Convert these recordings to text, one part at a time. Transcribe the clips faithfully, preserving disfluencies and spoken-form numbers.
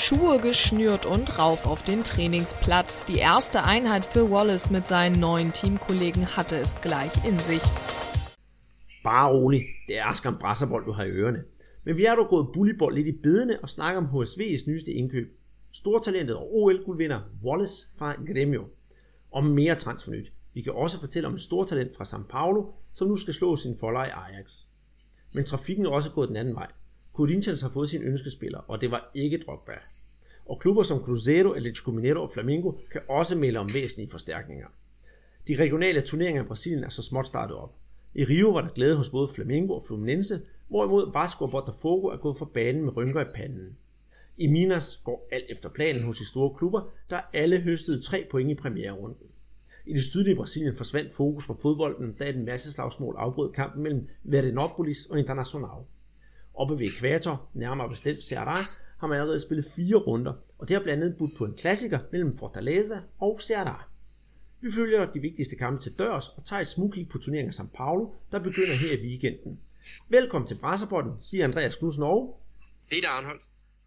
Schuhe geschnürt und rauf auf den Trainingsplatz. Die erste Einheit für Wallace mit seinen neuen Teamkollegen hatte es gleich in sich. Bare rolig, det er skam brasserbold, du har i ørerne. Men vi er dog gået bullybold lidt i bedene og snakker om H S V's nyeste indkøb. Stortalentet og O L-guldvinder Wallace fra Grêmio. Og mere transfernyt. Vi kan også fortælle om et stortalent fra São Paulo, som nu skal slå sin folder i Ajax. Men trafikken er også gået den anden vej. Corinthians har fået sin ønskespiller, og det var ikke Drogba. Og klubber som Cruzeiro, Atlético Mineiro og Flamengo kan også melde om væsentlige forstærkninger. De regionale turneringer i Brasilien er så småt startet op. I Rio var der glæde hos både Flamengo og Fluminense, hvorimod Vasco og Botafogo er gået fra banen med rynker i panden. I Minas går alt efter planen hos de store klubber, der alle høstede tre point i premiererunden. I det sydlige Brasilien forsvandt fokus på fodbolden, da et masseslagsmål afbrød kampen mellem Veranópolis og Internacional. Oppe ved ekvator, nærmere bestemt Ceará, har man allerede spillet fire runder, og det har blandt andet budt på en klassiker mellem Fortaleza og Ceará. Vi følger de vigtigste kampe til dørs og tager et smugkig på turneringen af São Paulo, der begynder her i weekenden. Velkommen til Brasserbolden, siger Andreas Knudsen og Peter Arnholdt.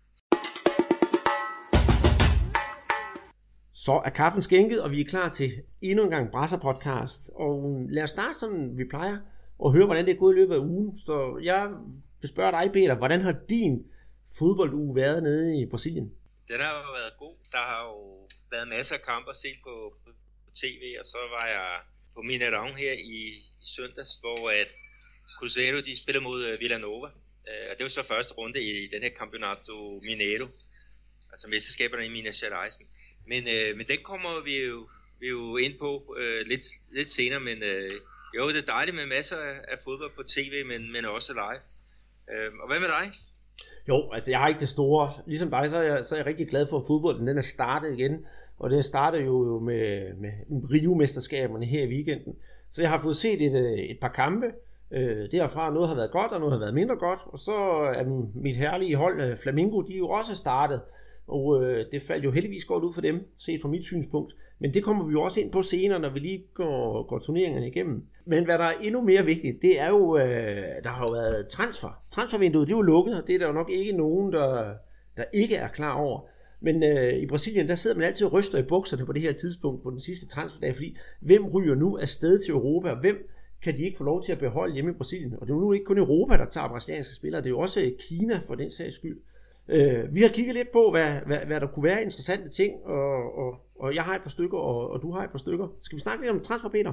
Så er kaffen skænket, og vi er klar til endnu en gang Brasser-podcast. Og lad os starte, som vi plejer, og høre, hvordan det er gået i løbet af ugen. Så jeg vil spørge dig, Peter, hvordan har din fodbolduge været nede i Brasilien? Den har jo været god. Der har jo været masser af kampe at se på, på tv, og så var jeg på Mineirão her i, i søndags, hvor at Cruzeiro de spiller mod Vila Nova. Og det var så første runde i den her Campeonato Mineiro, altså mesterskaberne i Minas Gerais. Men, øh, men den kommer vi jo, vi jo ind på øh, lidt, lidt senere, men øh, jo, det er dejligt med masser af, af fodbold på tv, men, men også live. Øh, og hvad med dig? Jo, altså jeg har ikke det store. Ligesom dig, så er jeg, så er jeg rigtig glad for, at fodbolden den er startet igen. Og den startede jo med, med Rio-mesterskaberne her i weekenden. Så jeg har fået set et, et par kampe. Øh, derfra noget har været godt, og noget har været mindre godt. Og så er mit herlige hold, Flamengo, de er jo også startet. Og øh, det faldt jo heldigvis godt ud for dem, set fra mit synspunkt. Men det kommer vi jo også ind på senere, når vi lige går, går turneringerne igennem. Men hvad der er endnu mere vigtigt, det er jo, øh, der har jo været transfer. Transfervinduet, det er jo lukket, og det er der jo nok ikke nogen, der, der ikke er klar over. Men øh, i Brasilien, der sidder man altid og ryster i bukserne på det her tidspunkt, på den sidste transferdag, fordi hvem ryger nu afsted til Europa, og hvem kan de ikke få lov til at beholde hjemme i Brasilien? Og det er jo nu ikke kun Europa, der tager brasilianske spillere, det er jo også Kina for den sags skyld. Uh, vi har kigget lidt på, hvad, hvad, hvad der kunne være interessante ting, og, og, og jeg har et par stykker, og, og du har et par stykker. Skal vi snakke lidt om transfer, Peter?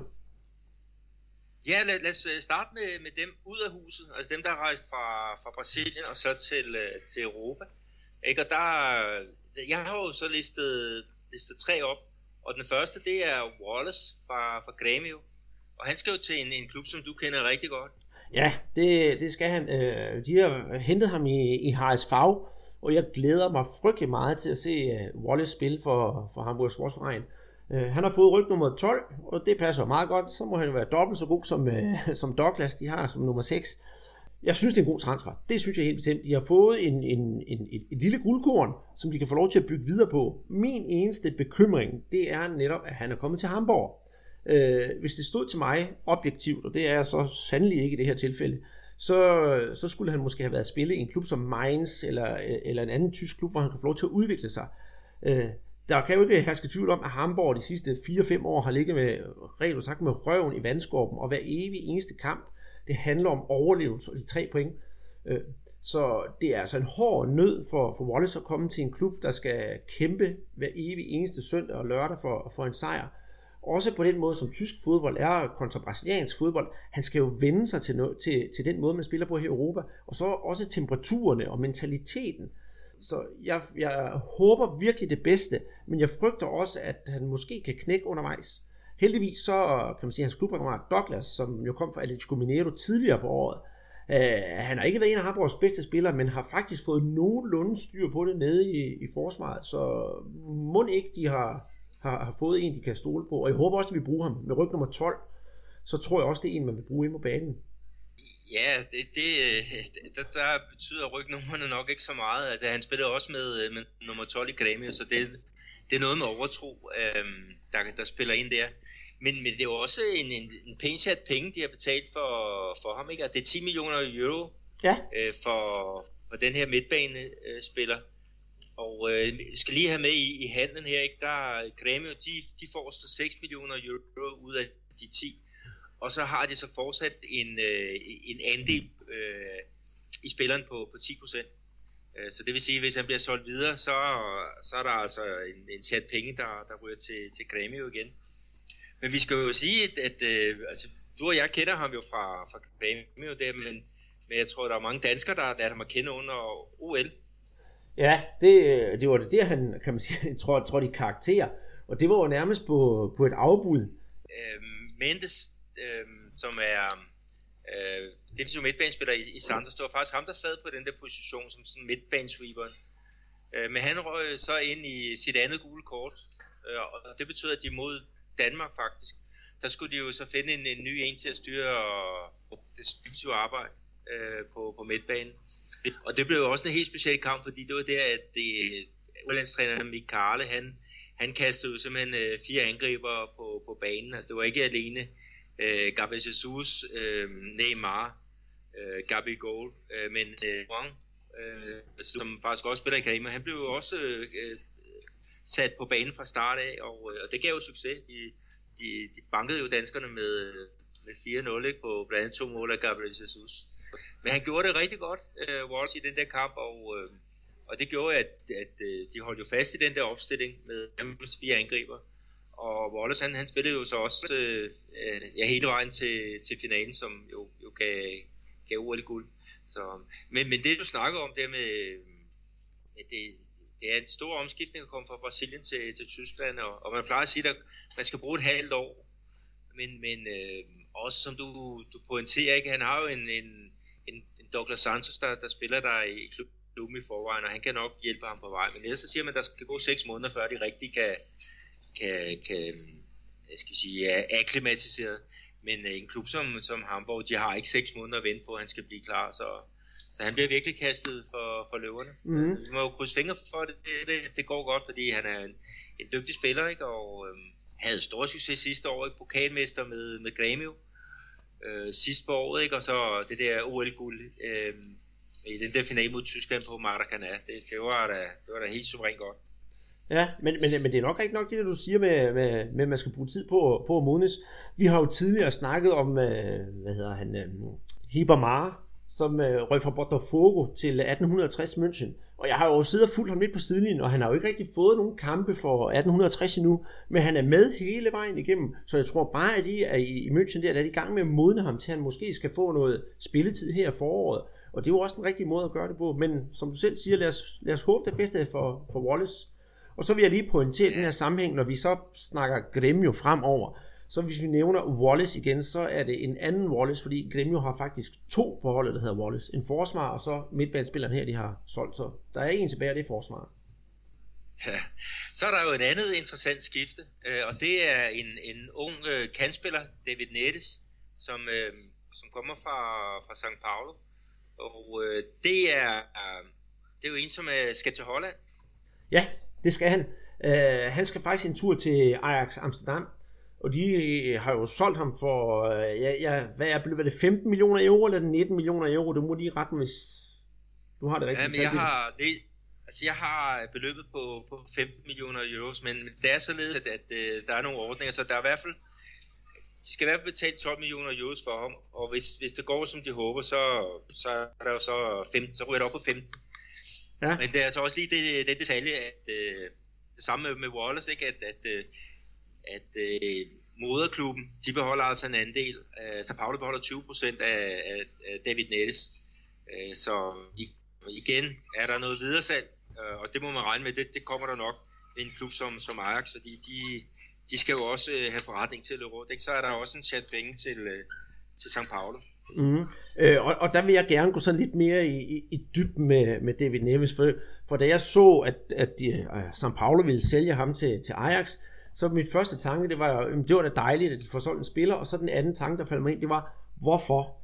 Ja, lad, lad os starte med, med dem ud af huset, altså dem, der har rejst fra, fra Brasilien og så til, til Europa. Ikke? Og der, jeg har jo så listet, listet tre op, og den første, det er Wallace fra, fra Grêmio, og han skal jo til en, en klub, som du kender rigtig godt. Ja, det, det skal han. De har hentet ham i, i H S V, og jeg glæder mig frygtelig meget til at se uh, Wallace spille for, for Hamburg Sportsverein. Uh, han har fået ryg nummer tolv, og det passer meget godt. Så må han være dobbelt så god som, uh, som Douglas, de har som nummer seks. Jeg synes, det er en god transfer. Det synes jeg helt bestemt. De har fået en, en, en, et, et lille guldkorn, som de kan få lov til at bygge videre på. Min eneste bekymring, det er netop, at han er kommet til Hamburg. Uh, hvis det stod til mig objektivt, og det er så sandelig ikke i det her tilfælde, Så, så skulle han måske have været spillet i en klub som Mainz eller, eller en anden tysk klub, hvor han kan få lov til at udvikle sig. Øh, der kan jo ikke herske tvivl om, at Hamburg de sidste fire fem år har ligget med, rent sagt, med røven i vandskorben, og hver evig eneste kamp, det handler om overlevelse og de tre point. Øh, så det er altså en hård nød for, for Wallace at komme til en klub, der skal kæmpe hver evig eneste søndag og lørdag for, for en sejr. Også på den måde, som tysk fodbold er kontra brasiliansk fodbold. Han skal jo vende sig til, no- til, til den måde, man spiller på her i Europa. Og så også temperaturerne og mentaliteten. Så jeg, jeg håber virkelig det bedste, men jeg frygter også, at han måske kan knække undervejs. Heldigvis så kan man sige, at hans klubkammerat Douglas, som jo kom fra Atlético Mineiro tidligere på året, øh, han har ikke været en af Hamburgs bedste spillere, men har faktisk fået nogenlunde styr på det nede i, i forsvaret. Så må ikke de har... Har, har fået en, de kan stole på. Og jeg håber også, at vi bruger ham med ryg nummer tolv. Så tror jeg også, det er en, man vil bruge ind på banen. Ja, det, det, der, der betyder rygnummerne nok ikke så meget. Altså, han spiller også med, med nummer tolv i Grêmio, så det, det er noget med overtro, øhm, der, der spiller ind der. Men, men det er jo også en, en, en pæn chat penge, de har betalt for, for ham. Ikke? Det er ti millioner euro ja. øh, for, for den her midtbanespiller. Og øh, skal lige have med i, i handlen her, ikke? Der Grêmio, de, de får så seks millioner euro ud af de ti. Og så har de så fortsat en, øh, en andel øh, i spilleren på, på ti procent. Øh, så det vil sige, at hvis han bliver solgt videre, så, så er der altså en, en chat penge, der, der ryger til, til Grêmio igen. Men vi skal jo sige, at, at øh, altså, du og jeg kender ham jo fra, fra Grêmio der, men, men jeg tror, der er mange danskere, der har lært ham at kende under O L. Ja, det, det var det der, han, kan man sige, jeg tror, tror de karakterer. Og det var jo nærmest på, på et afbud. Øh, Mendes, øh, som er øh, defensiv midtbanespiller i, i Santos, det var faktisk ham, der sad på den der position som sådan midtbanesweeper. Øh, men han røg så ind i sit andet gule kort, øh, og det betyder, at de mod Danmark faktisk, der skulle de jo så finde en, en ny en til at styre det defensive arbejde øh, på, på midtbanen. Og det blev jo også en helt speciel kamp, fordi det var der, at udlandstræneren Mick Karle, han, han kastede jo simpelthen øh, fire angriber på, på banen. Altså det var ikke alene øh, Gabriel Jesus, øh, Neymar, øh, Gabi Goal, øh, men øh, Wang, øh, som faktisk også spiller i Grêmio, han blev jo også øh, sat på banen fra start af, og, og det gav jo succes. De, de, de bankede jo danskerne med, med fire nul på blandt andet to mål af Gabriel Jesus. Men han gjorde det rigtig godt, uh, Wallace, i den der kamp, og, uh, og det gjorde, at, at uh, de holdt jo fast i den der opstilling med fire angriber. Og Wallace, han, han spillede jo så også uh, ja, hele vejen til, til finalen, som jo, jo gav, gav O L-guld. Så, men, men det du snakker om, det med, med det, det er en stor omskiftning at komme fra Brasilien til, til Tyskland, og, og man plejer at sige, at man skal bruge et halvt år. Men, men øh, også som du, du pointerer, ikke, han har jo en, en, en, en Douglas Santos, der, der spiller der i klubben i forvejen, og han kan nok hjælpe ham på vej. Men ellers så siger man, at der skal gå seks måneder, før de rigtig kan, kan, kan jeg skal sige, er akklimatiseret. Men en klub som, som Hamburg, de har ikke seks måneder at vente på, at han skal blive klar, så... Så han bliver virkelig kastet for, for løverne. Mm. Vi må jo krydse fingre for, at det, det, det går godt, fordi han er en, en dygtig spiller, ikke? Og øhm, havde stor succes sidste år, ikke? Pokalmester med, med Grêmio øh, sidste på året, ikke? Og så det der O L-guld øh, i den der finale mod Tyskland på Maracanã. Det, det, var da, det var da helt suverænt godt. Ja, men, men, men det er nok ikke nok det, du siger med, med, med at man skal bruge tid på, på at modnes. Vi har jo tidligere snakket om, øh, hvad hedder han, øh, Ribamar, som øh, røg fra Botafogo til atten tres München. Og jeg har jo siddet og fulgt ham lidt på sidelinjen, og han har jo ikke rigtig fået nogen kampe for atten tres endnu, men han er med hele vejen igennem, så jeg tror bare, at de er i, i München der, der er de i gang med at modne ham til, at han måske skal få noget spilletid her foråret. Og det er jo også den rigtige måde at gøre det på, men som du selv siger, lad os, lad os håbe det bedste for, for Wallace. Og så vil jeg lige pointere den her sammenhæng, når vi så snakker Grêmio fremover. Så hvis vi nævner Wallace igen, så er det en anden Wallace, fordi Grêmio har faktisk to på holdet, der hedder Wallace. En forsvar, og så midtbanespilleren her, de har solgt. Så der er en tilbage, det er forsvaret. Ja. Så er der jo et andet interessant skifte, og det er en, en ung kantspiller, David Neres, som, som kommer fra, fra São Paulo. Og det er, det er jo en, som skal til Holland. Ja, det skal han. Uh, han skal faktisk en tur til Ajax Amsterdam. Og de har jo solgt ham for, ja, ja, hvad er det, femten millioner euro eller nitten millioner euro? Det må de rette, hvis du har det rigtigt. Ja, men jeg har, det, altså jeg har beløbet på, på femten millioner euro, men det er således, at, at, at der er nogle ordninger, så der er i hvert fald, de skal i hvert fald betale tolv millioner euro for ham, og hvis, hvis det går, som de håber, så, så er der jo så femten, så ryger det op på femten. Ja. Men det er altså også lige det, det detalje, at det samme med Wallace, ikke, at, at at øh, moderklubben, de beholder altså en andel. Øh, så Paulo beholder tyve procent af, af, af David Neres. Øh, så igen er der noget videresalg, øh, og det må man regne med, det, det kommer der nok ved en klub som, som Ajax, fordi de, de skal jo også øh, have forretning til at løbe rundt, ikke? Så er der også en chat penge til, øh, til São Paulo. Mm. Øh, og, og der vil jeg gerne gå sådan lidt mere i, i, i dybden med, med David Neres, for, for da jeg så, at, at de, uh, São Paulo ville sælge ham til, til Ajax, så min første tanke, det var, det var da dejligt, at de får solgt en spiller, og så den anden tanke, der faldt mig ind, det var, hvorfor?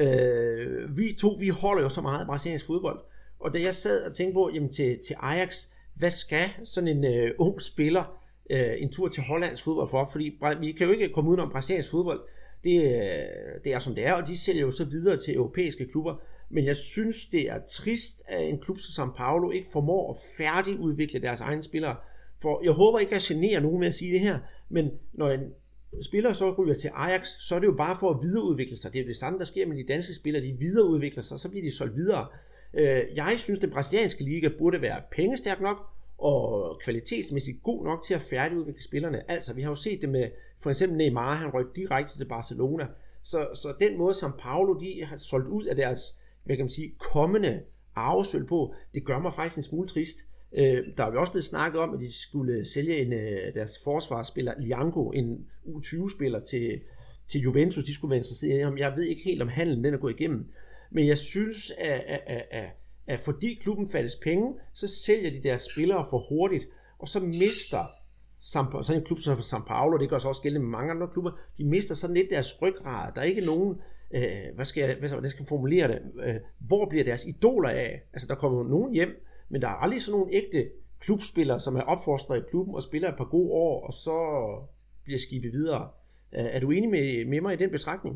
Øh, vi to, vi holder jo så meget af brasiliansk fodbold, og da jeg sad og tænkte på, jamen til, til Ajax, hvad skal sådan en øh, ung spiller øh, en tur til hollandsk fodbold for? Fordi vi kan jo ikke komme ud om brasiliansk fodbold, det, øh, det er som det er, og de sælger jo så videre til europæiske klubber, Men jeg synes, det er trist, at en klub som São Paulo ikke formår at færdigudvikle deres egne spillere. For jeg håber ikke at genere nogen med at sige det her, men når en spiller så ryger til Ajax, så er det jo bare for at videreudvikle sig. Det er jo det samme, der sker med de danske spillere. De videreudvikler sig, så bliver de solgt videre. Jeg synes, den brasilianske liga burde være pengestærk nok og kvalitetsmæssigt god nok til at færdigudvikle spillerne. Altså, vi har jo set det med for eksempel Neymar, han røg direkte til Barcelona. Så, så den måde, São Paulo de har solgt ud af deres, hvad kan man sige, kommende arvesølv på, det gør mig faktisk en smule trist. Øh, der er jo også blevet snakket om, at de skulle sælge en, øh, deres forsvarsspiller Lianco, en U tyve spiller til, til Juventus. De skulle være interesseret i ham. Jeg ved ikke helt, om handlen den er gået igennem. Men jeg synes, at, at, at, at, at fordi klubben fattes penge, så sælger de deres spillere for hurtigt, og så mister sådan en klub som São Paulo, det gør så også gældende med mange andre klubber, de mister sådan lidt deres ryggrad. Der er ikke nogen, øh, hvad skal jeg, hvad skal jeg formulere det, øh, hvor bliver deres idoler af? Altså der kommer nogen hjem, men der er aldrig sådan nogle ægte klubspillere, som er opfostret i klubben og spiller et par gode år, og så bliver skibet videre. Øh, er du enig med, med mig i den betragtning?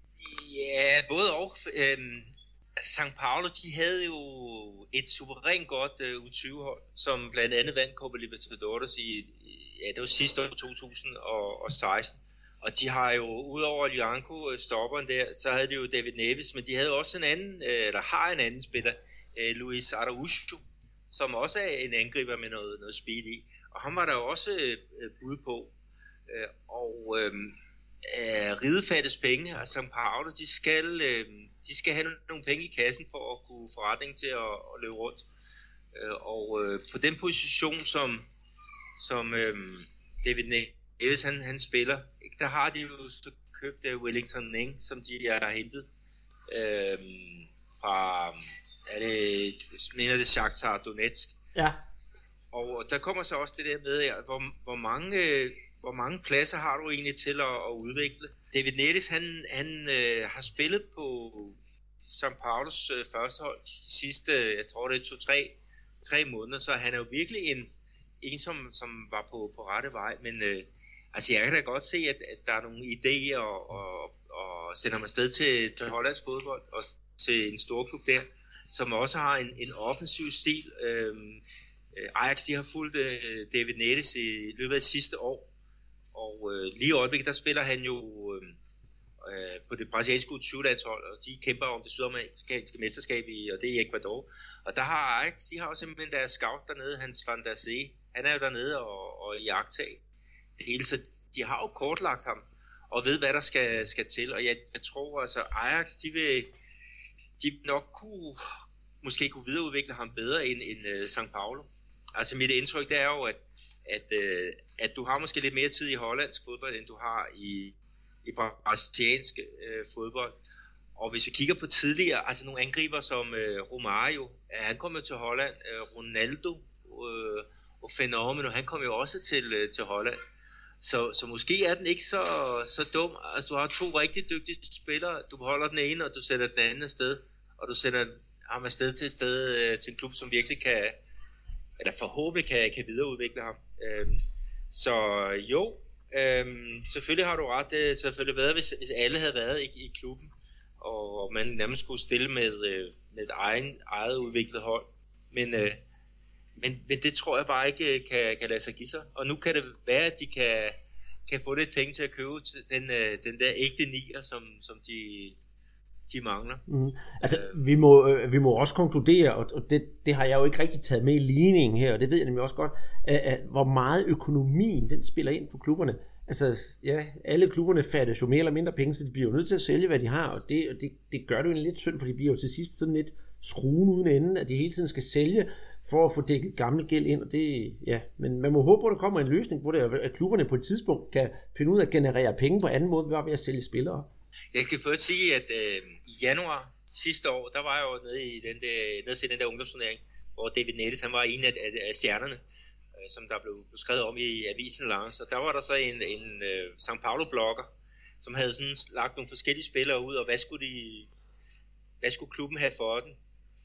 Ja, både og. Øhm, São Paulo, de havde jo et suverænt godt uh, U tyve hold, som blandt andet vandt Copa Libertadores i, ja, det var sidste år to tusind og seksten. Og de har jo, udover Lianco, stopperen der, så havde de jo David Neves, men de havde også en anden, eller har en anden spiller, Luis Araújo, som også er en angriber med noget, noget speed i. Og ham var der også uh, bud på. Uh, og um, uh, ridefattes penge, og São Paulo, de skal, uh, de skal have nogle penge i kassen for at kunne forretning til at, at løbe rundt. Uh, og uh, på den position, som, som uh, David Neves han, han spiller, der har de jo så købt uh, Wellington Ning, som de har hentet uh, fra, er det, jeg mener det Shakhtar Donetsk. Ja. Og der kommer så også det der med, hvor, hvor mange... Uh, hvor mange pladser har du egentlig til at, at udvikle? David Neres, han, han øh, har spillet på São Paulos øh, første hold de sidste, jeg tror det er to-tre tre måneder, så han er jo virkelig en, en som, som var på, på rette vej, men øh, altså jeg kan da godt se, at, at der er nogle idéer og, og, og sender mig afsted til, til Hollands fodbold og til en stor klub der, som også har en, en offensiv stil. Øh, Ajax, de har fulgt øh, David Neres i løbet af sidste år. Og øh, lige i øjeblikket, der spiller han jo øh, på det brasilianske U tyve-landshold, og de kæmper om det sydamerikanske mesterskab, i, og det er i Ecuador. Og der har Ajax, de har jo simpelthen deres scout dernede, Hans van der Zee. Han er jo dernede og, og iagttag det hele, så de har jo kortlagt ham, og ved, hvad der skal, skal til. Og jeg, jeg tror altså, Ajax, de vil, de vil nok kunne, måske kunne videreudvikle ham bedre end, end uh, São Paulo. Altså mit indtryk, det er jo, at At, øh, at du har måske lidt mere tid i hollandsk fodbold, end du har i, i brasiliansk øh, fodbold. Og hvis vi kigger på tidligere, altså nogle angriber som øh, Romario, han kom jo til Holland, øh, Ronaldo øh, og Fenómeno, han kom jo også til, øh, til Holland. Så, så måske er den ikke så, så dum. Altså du har to rigtig dygtige spillere, du beholder den ene, og du sætter den anden afsted, og du sætter ham afsted til et sted, øh, til en klub, som virkelig kan, eller forhåbentlig kan, kan videreudvikle ham. Øhm, så jo, øhm, selvfølgelig har du ret. Det havde selvfølgelig været, hvis, hvis alle havde været i, i klubben, og, og man nærmest skulle stille med, øh, med et egen, eget udviklet hold. Men, øh, men, men det tror jeg bare ikke kan, kan lade sig give sig. Og nu kan det være, at de kan, kan få lidt penge til at købe den, øh, den der ægte nier, som, som de... de mangler. Mm. Altså, øh, vi, må, øh, vi må også konkludere, og, og det, det har jeg jo ikke rigtig taget med i ligningen her, og det ved jeg nemlig også godt, at, at hvor meget økonomien, den spiller ind på klubberne. Altså, ja, alle klubberne fattes jo mere eller mindre penge, så de bliver jo nødt til at sælge, hvad de har, og det, og det, det gør det jo lidt synd, for de bliver jo til sidst sådan lidt skruen uden enden, at de hele tiden skal sælge, for at få dækket gammel gæld ind, og det, ja, men man må håbe på, at der kommer en løsning på det, at klubberne på et tidspunkt kan finde ud af at generere penge på anden måde, ved at sælge spillere. Jeg skal først sige, at øh, i januar sidste år, der var jeg jo nede i den der, nede i den der ungdomsturnering, hvor David Neres, han var en af, af, af stjernerne, øh, som der blev skrevet om i avisen Lars. Og der var der så en, en øh, São Paulo-blogger, som havde sådan lagt nogle forskellige spillere ud, og hvad skulle, de, hvad skulle klubben have for den?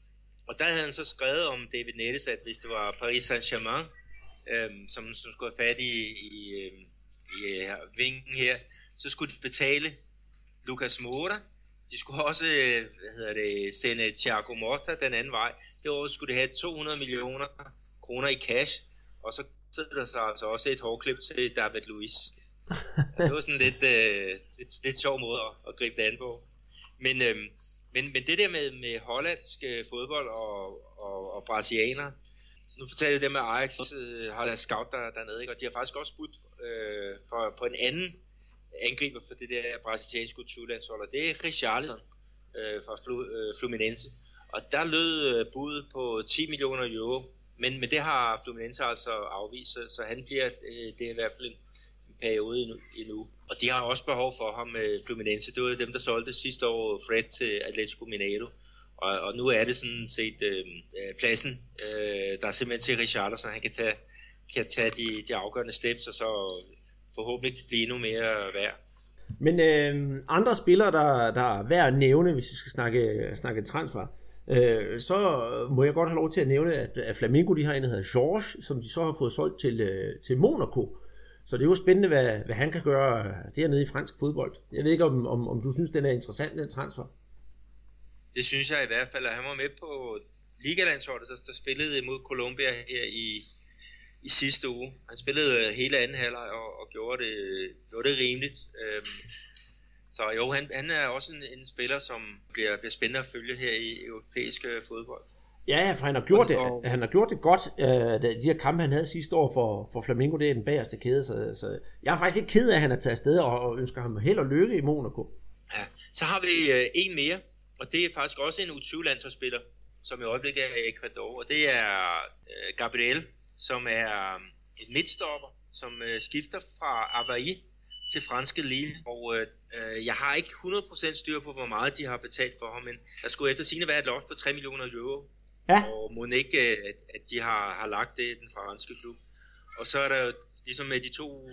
Og der havde han så skrevet om David Neres, at hvis det var Paris Saint-Germain, øh, som, som skulle have fat i, i, i, i vingen her, så skulle de betale Lucas Moura, de de skulle også hvad hedder det, sende Thiago Motta den anden vej. Det år skulle det have to hundrede millioner kroner i cash, og så sidder der så altså også et hårklip til David Luiz. Det var sådan lidt, øh, lidt, lidt sjov måde at, at gribe det an på. Men, øh, men, men det der med, med hollandsk øh, fodbold og, og, og brasilianer, nu fortæller jeg det med Ajax, øh, har der scout der, dernede, ikke? Og de har faktisk også budt øh, for, på en anden angriber for det der brasilianske U tyve-landshold, og det er Richarlison øh, fra Flu, øh, Fluminense. Og der lød øh, budet på ti millioner euro, men, men det har Fluminense altså afvist, så han bliver, øh, det er i hvert fald en periode endnu, endnu. Og de har også behov for ham med Fluminense. Det var dem, der solgte sidste år Fred til Atletico Mineiro. Og, og nu er det sådan set øh, pladsen, øh, der er simpelthen til Richarlison, han kan tage, kan tage de, de afgørende steps, og så forhåbentlig blive endnu mere værd. Men øh, andre spillere, der, der er værd at nævne, hvis vi skal snakke, snakke transfer, øh, så må jeg godt have lov til at nævne, at, at Flamengo, de har en, der hedder George, som de så har fået solgt til, øh, til Monaco. Så det er jo spændende, hvad, hvad han kan gøre dernede i fransk fodbold. Jeg ved ikke, om, om, om du synes, den er interessant, den transfer? Det synes jeg i hvert fald, at han var med på ligalandsholdet, der, der spillede imod Colombia her i, i sidste uge. Han spillede hele anden halvleg og, og gjorde, det, gjorde det rimeligt. Øhm, så jo, han, han er også en, en spiller, som bliver, bliver spændende at følge her i europæisk fodbold. Ja, for han har gjort det, han har gjort det godt, øh, de her kampe, han havde sidste år for, for Flamengo, det er den bagerste kæde, så, så jeg er faktisk ikke ked af, at han er taget afsted og, og ønsker ham held og lykke i Monaco. Ja, så har vi øh, en mere, og det er faktisk også en U tyve-landsholdsspiller, som i øjeblikket er i Ecuador, og det er øh, Gabriel, som er en midtstopper, som øh, skifter fra Avaí til franske Lille, og øh, jeg har ikke hundrede procent styr på, hvor meget de har betalt for ham, men der skulle efter sigende være et loft på tre millioner euro. Ja. Og må ikke, at, at de har, har lagt det i den franske klub. Og så er der jo, ligesom med de to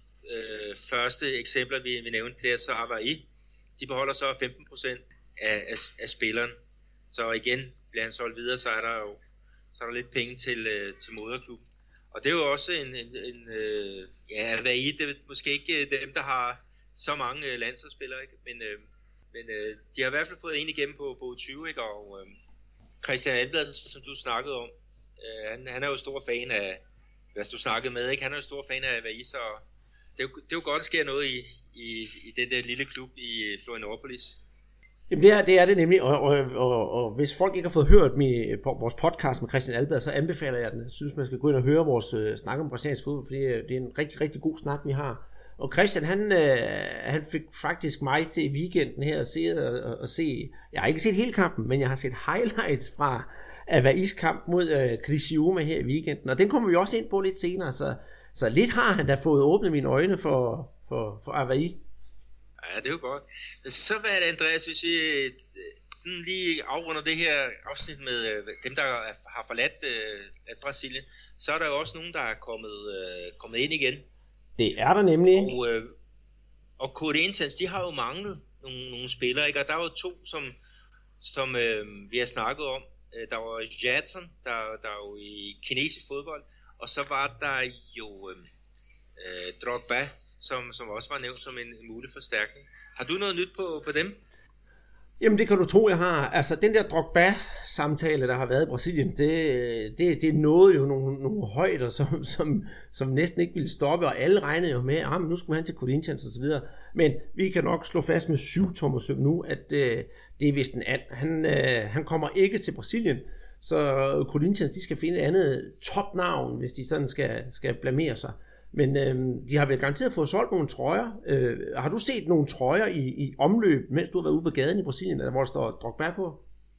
øh, første eksempler, vi, vi nævnte, der så Avaí, de beholder så femten procent af, af, af spilleren. Så igen, bliver han solgt videre, så er der jo så er der lidt penge til, øh, til moderklubben. Og det er jo også en, en, en øh, ja, Avaí, det er måske ikke dem, der har så mange øh, landsholdsspillere, ikke? Men, øh, men øh, de har i hvert fald fået en igennem på, på U tyve, ikke? Og øh, Christian Alblad, som du snakkede om, øh, han, han er jo stor fan af, hvad du snakkede med, ikke? Han er jo stor fan af Avaí, så det er, jo, det er jo godt, at sker noget i, i, i den der lille klub i Florianópolis. Jamen det er, det er det nemlig, og, og, og, og hvis folk ikke har fået hørt med, på vores podcast med Christian Alblad, så anbefaler jeg den. Jeg synes, man skal gå ind og høre vores øh, snak om brasiliansk fodbold, fordi det er en rigtig, rigtig god snak, vi har. Og Christian, han, øh, han fik faktisk mig til weekenden her at se, og, og se, jeg har ikke set hele kampen, men jeg har set highlights fra Avaís kamp mod øh, Criciúma her i weekenden, og den kommer vi også ind på lidt senere, så, så lidt har han da fået åbnet mine øjne for, for, for Avaí. Ja, det er jo godt. Så hvad er det, Andreas, hvis vi sådan lige afrunder det her afsnit med dem, der har forladt uh, Brasilien, så er der jo også nogen, der er kommet, uh, kommet ind igen. Det er der nemlig. Og, uh, og Corinthians, de har jo manglet nogle, nogle spillere, ikke? Og der er jo to, som, som uh, vi har snakket om. Uh, der var Jadson, der, der er jo i kinesisk fodbold, og så var der jo uh, uh, Drogba, Som, som også var nævnt som en, en mulig forstærkning. Har du noget nyt på, på dem? Jamen det kan du tro, jeg har. Altså den der Drogba-samtale, der har været i Brasilien, det, det, det nåede jo nogle, nogle højder, som, som, som næsten ikke ville stoppe, og alle regnede jo med, at nu skulle han til Corinthians og så videre. Men vi kan nok slå fast med syv tommer søm nu, at øh, det er vist en and. Han, øh, han kommer ikke til Brasilien, så Corinthians, de skal finde et andet topnavn, hvis de sådan skal, skal blamere sig. Men øh, de har vel garanteret fået solgt nogle trøjer. Øh, har du set nogle trøjer i, i omløb, mens du har været ude på gaden i Brasilien, hvor der står Drogba på?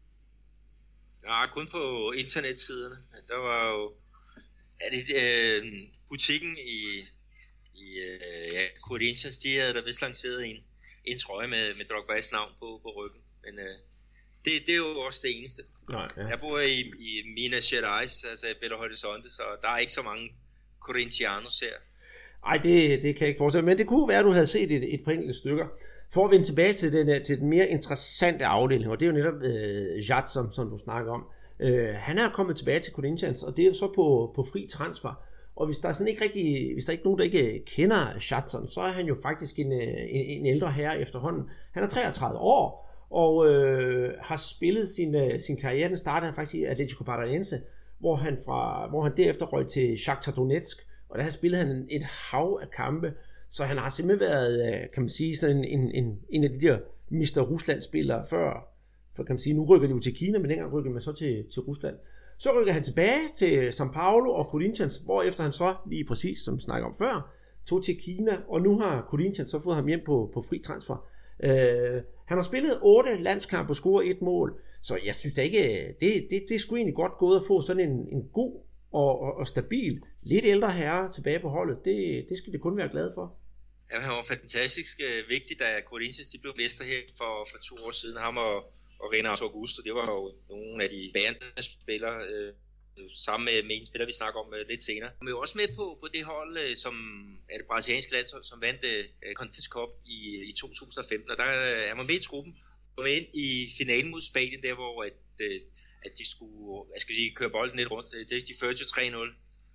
Ja, kun på internetsiderne. Der var jo er det, øh, butikken i, i øh, ja, Corinthians, de havde der vist lanceret en, en trøje med, med Drogbas navn på, på ryggen. Men øh, det, det er jo også det eneste. Nej, ja. Jeg bor i, i Minas Gerais, altså i Belo Horizonte, så der er ikke så mange Corinthianos her. Ej, det, det kan jeg ikke forestille. Men det kunne være, at du havde set et, et par enkelte stykker. For at vende tilbage til den, til den mere interessante afdeling, og det er jo netop øh, Jadson, som du snakker om. Øh, han er kommet tilbage til Corinthians, og det er jo så på, på fri transfer. Og hvis der er sådan ikke rigtig, hvis der er ikke nogen, der ikke kender Jadson, så er han jo faktisk en, en, en ældre herre efterhånden. Han er treogtredive år, og øh, har spillet sin, øh, sin karriere. Den startede han faktisk i Atletico Paranaense, hvor han, fra, hvor han derefter røg til Shakhtar Donetsk, og der har spillet han et hav af kampe, så han har simpelthen været, kan man sige, sådan en, en, en af de der mister Rusland-spillere før, for kan man sige, nu rykker de jo til Kina, men dengang rykker man så til, til Rusland. Så rykker han tilbage til São Paulo og Corinthians, hvorefter han så, lige præcis som vi snakker om før, tog til Kina, og nu har Corinthians så fået ham hjem på, på fri transfer. Øh, han har spillet otte landskampe og scoret et mål, så jeg synes da ikke, det, det, det er sgu egentlig godt gået at få sådan en, en god og, og, og stabil, lidt ældre herre tilbage på holdet. Det, det skal det kun være glad for. Ja, han var fantastisk uh, vigtig, da Corinthians de blev mester her for, for to år siden. Ham og, og Renato Augusto, det var jo nogle af de bærende spillere, uh, sammen med, med en spiller, vi snakker om uh, lidt senere. Han er jo også med på, på det hold, uh, som er det brasilianske landshold, som vandt uh, Conference Cup i, i to tusind og femten. Og der uh, han var med i truppen, og var ind i finalen mod Spanien, der hvor at, uh, at de skulle, jeg skal sige, køre bolden lidt rundt. Det, de førte til tre nul.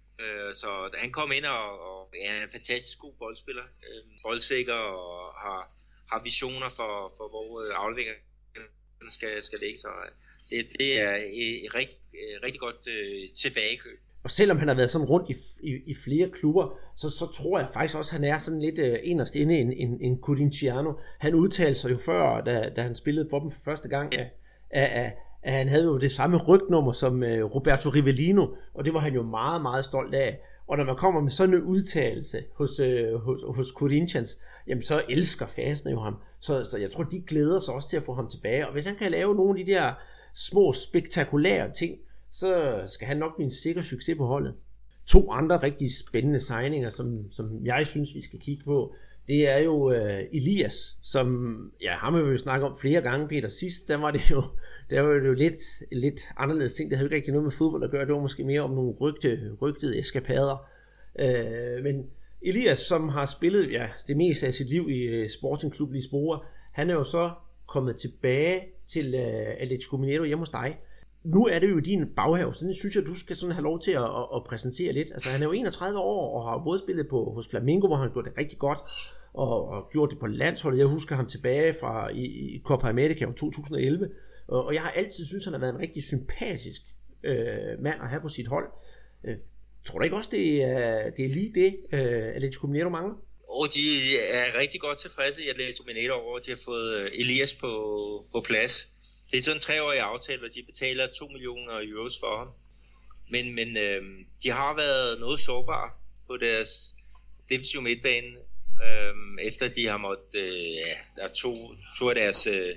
Så han kom ind og, og er en fantastisk god boldspiller, øh, boldsikker og har, har visioner for, for hvor afleveringen skal, skal ligge. Så det, det er et rigtig, rigtig godt øh, tilbagekøb. Og selvom han har været sådan rundt i, i, i flere klubber, så, så tror jeg faktisk også, at han er sådan lidt øh, inderst inde en, en, en Corinthians. Han udtalte sig jo før, da, da han spillede for dem for første gang, ja. af, af at han havde jo det samme rygnummer som øh, Roberto Rivellino, og det var han jo meget, meget stolt af. Og når man kommer med sådan en udtalelse hos, øh, hos, hos Corinthians, jamen så elsker fansene jo ham. Så, så jeg tror, de glæder sig også til at få ham tilbage. Og hvis han kan lave nogle af de der små, spektakulære ting, så skal han nok blive en sikker succes på holdet. To andre rigtig spændende signinger, som, som jeg synes, vi skal kigge på, det er jo øh, Elias, som, ja, ham har vi jo snakket om flere gange, Peter. Sidst, der var det jo, der var det jo lidt, lidt anderledes ting. Det havde jo ikke rigtig noget med fodbold at gøre. Det var måske mere om nogle rygte, rygtede eskapader. Øh, men Elias, som har spillet ja, det meste af sit liv i Sporting Club Lisboa, han er jo så kommet tilbage til øh, Atletico Mineiro hjemme hos dig. Nu er det jo din baghave, så det synes jeg, du skal sådan have lov til at, at, at præsentere lidt. Altså han er jo enogtredive år og har både spillet på, hos Flamengo, hvor han gjorde det rigtig godt, og, og gjort det på landsholdet. Jeg husker ham tilbage fra i, i Copa America i to tusind og elleve, og, og jeg har altid synes han har været en rigtig sympatisk øh, mand at have på sit hold. Øh, tror du ikke også, det er, det er lige det, øh, Atletico Mineiro mangler? Og de er rigtig godt tilfredse i Atletico Mineiro over, at de har fået Elias på, på plads. Det er sådan en treårig aftale, hvor de betaler to millioner euros for ham. Men, men øh, de har været noget sårbare på deres defensive midtbane, øh, efter de har måttet, øh, ja, der er to, to af deres øh,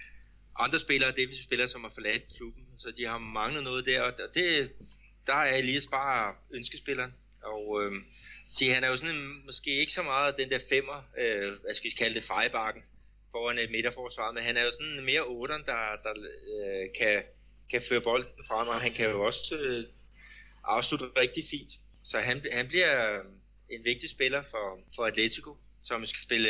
andre spillere, defensive spillere, som har forladt klubben, så de har manglet noget der, og det, der er Elias bare ønskespilleren, og øh, så han er jo sådan en, måske ikke så meget den der femmer, øh, hvad skal vi kalde det, fejebakken, foran et midterforsvar, men han er jo sådan mere otteren, der, der øh, kan, kan føre bolden frem, og han kan jo også øh, afslutte rigtig fint. Så han, han bliver en vigtig spiller for, for Atletico, som skal spille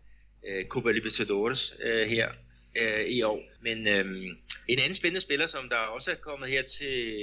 øh, Copa Libertadores øh, her øh, i år. Men øh, en anden spændende spiller, som der også er kommet her til,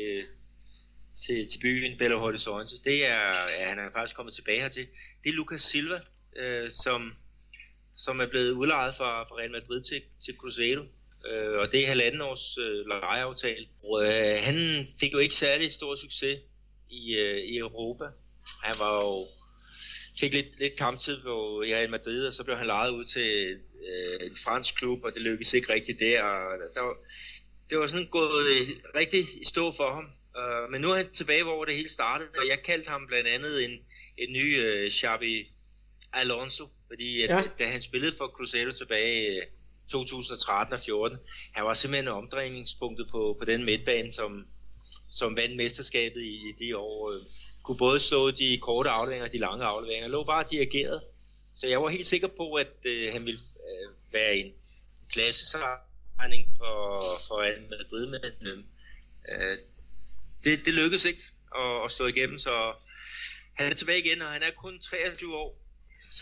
til, til byen, Belo Horizonte, det er, ja, han er faktisk kommet tilbage hertil, det er Lucas Silva, øh, som som er blevet udlejet fra, fra Real Madrid til, til Cruzeiro, øh, og det er halvanden års øh, lejeaftale. Og øh, han fik jo ikke særlig stor succes i, øh, i Europa. Han var jo, fik lidt, lidt kamptid på i Real Madrid, og så blev han lejet ud til øh, en fransk klub, og det lykkedes ikke rigtigt der. Og der var, det var sådan gået rigtig i stå for ham. Uh, men nu er han tilbage, hvor det hele startede, og jeg kaldte ham blandt andet en, en ny øh, Xabi Alonso, fordi at, ja. da han spillede for Cruzeiro tilbage i to tusind og tretten og fjorten, han var simpelthen omdrejningspunktet på, på den midtbane, som, som vandt mesterskabet i, i de år. Øh, kunne både slå de korte afleveringer og de lange afleveringer, lå bare dirigeret. Så jeg var helt sikker på, at øh, han ville øh, være en klassesejning for, for Real Madrid, men øh, det, det lykkedes ikke at, at stå igennem, så han er tilbage igen, og han er kun treogtyve år. Så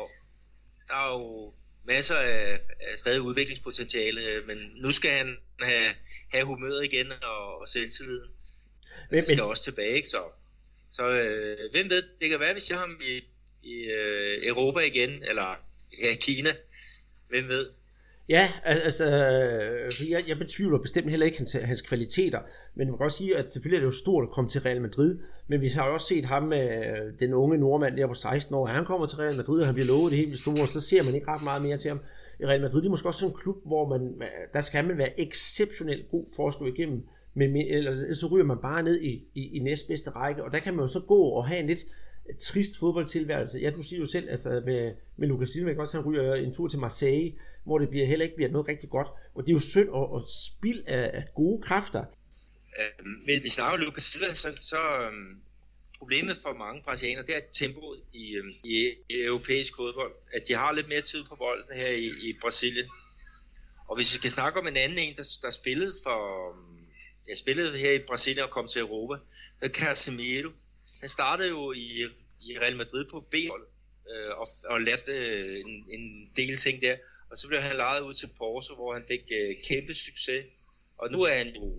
der er jo masser af, af stadig udviklingspotentiale, men nu skal han have, have humøret igen og, og selvtilliden. Men, han skal men... også tilbage, ikke? Så, så øh, hvem ved, det kan være, hvis jeg har ham i, i øh, Europa igen, eller ja, Kina, hvem ved. Ja, altså, jeg, jeg betvivler bestemt heller ikke hans, hans kvaliteter, men man kan også sige, at selvfølgelig er det jo stort at komme til Real Madrid, men vi har jo også set ham med den unge nordmand der på seksten år, han kommer til Real Madrid, og han bliver lovet det helt store, så ser man ikke ret meget mere til ham. I Real Madrid, det er måske også sådan en klub, hvor man, der skal man være exceptionelt god for at stå igennem, men, eller så ryger man bare ned i, i, i næstbedste række, og der kan man jo så gå og have en lidt trist fodboldtilværelse. Ja, du siger jo selv, altså med, med Lucas Silva, også han ryger en tur til Marseille, hvor det bliver heller ikke bliver noget rigtig godt, og det er jo synd og, og spild af, af gode kræfter. Øh, men vi snakker om Lucas Silva, så, så um, problemet for mange brasilianere, det er tempoet i, um, i, i europæisk fodbold, at de har lidt mere tid på bolden her i, i Brasilien. Og hvis vi skal snakke om en anden en, der, der spillede for, um, jeg spillede her i Brasilien og kom til Europa, det er Casemiro. Han startede jo i, i Real Madrid på B-hold øh, og, og lærte øh, en, en del ting der. Og så blev han lejet ud til Porto, hvor han fik øh, kæmpe succes. Og nu er han jo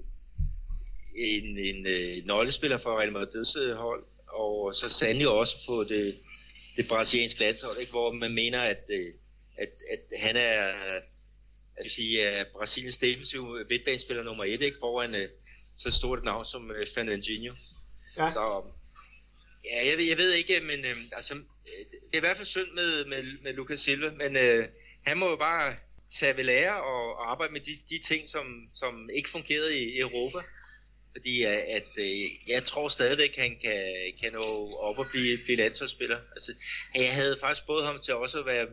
en, en øh, nøglespiller for Real Madrids hold. Og så sandelig også på det, det brasilianske landshold, ikke? Hvor man mener, at, øh, at, at han er, at sige, er Brasiliens defensive midtbanespiller nummer et, ikke? Foran øh, så stort et navn som øh, Fernandinho. Ja. Så ja, jeg ved, jeg ved ikke, men øh, altså, det er i hvert fald synd med, med, med Lucas Silva, men øh, han må jo bare tage ved lære og, og arbejde med de, de ting, som, som ikke fungerede i Europa. Fordi at, øh, jeg tror stadigvæk, han kan, kan nå op og blive, blive landsholdsspiller. Altså, jeg havde faktisk fået ham til også at være,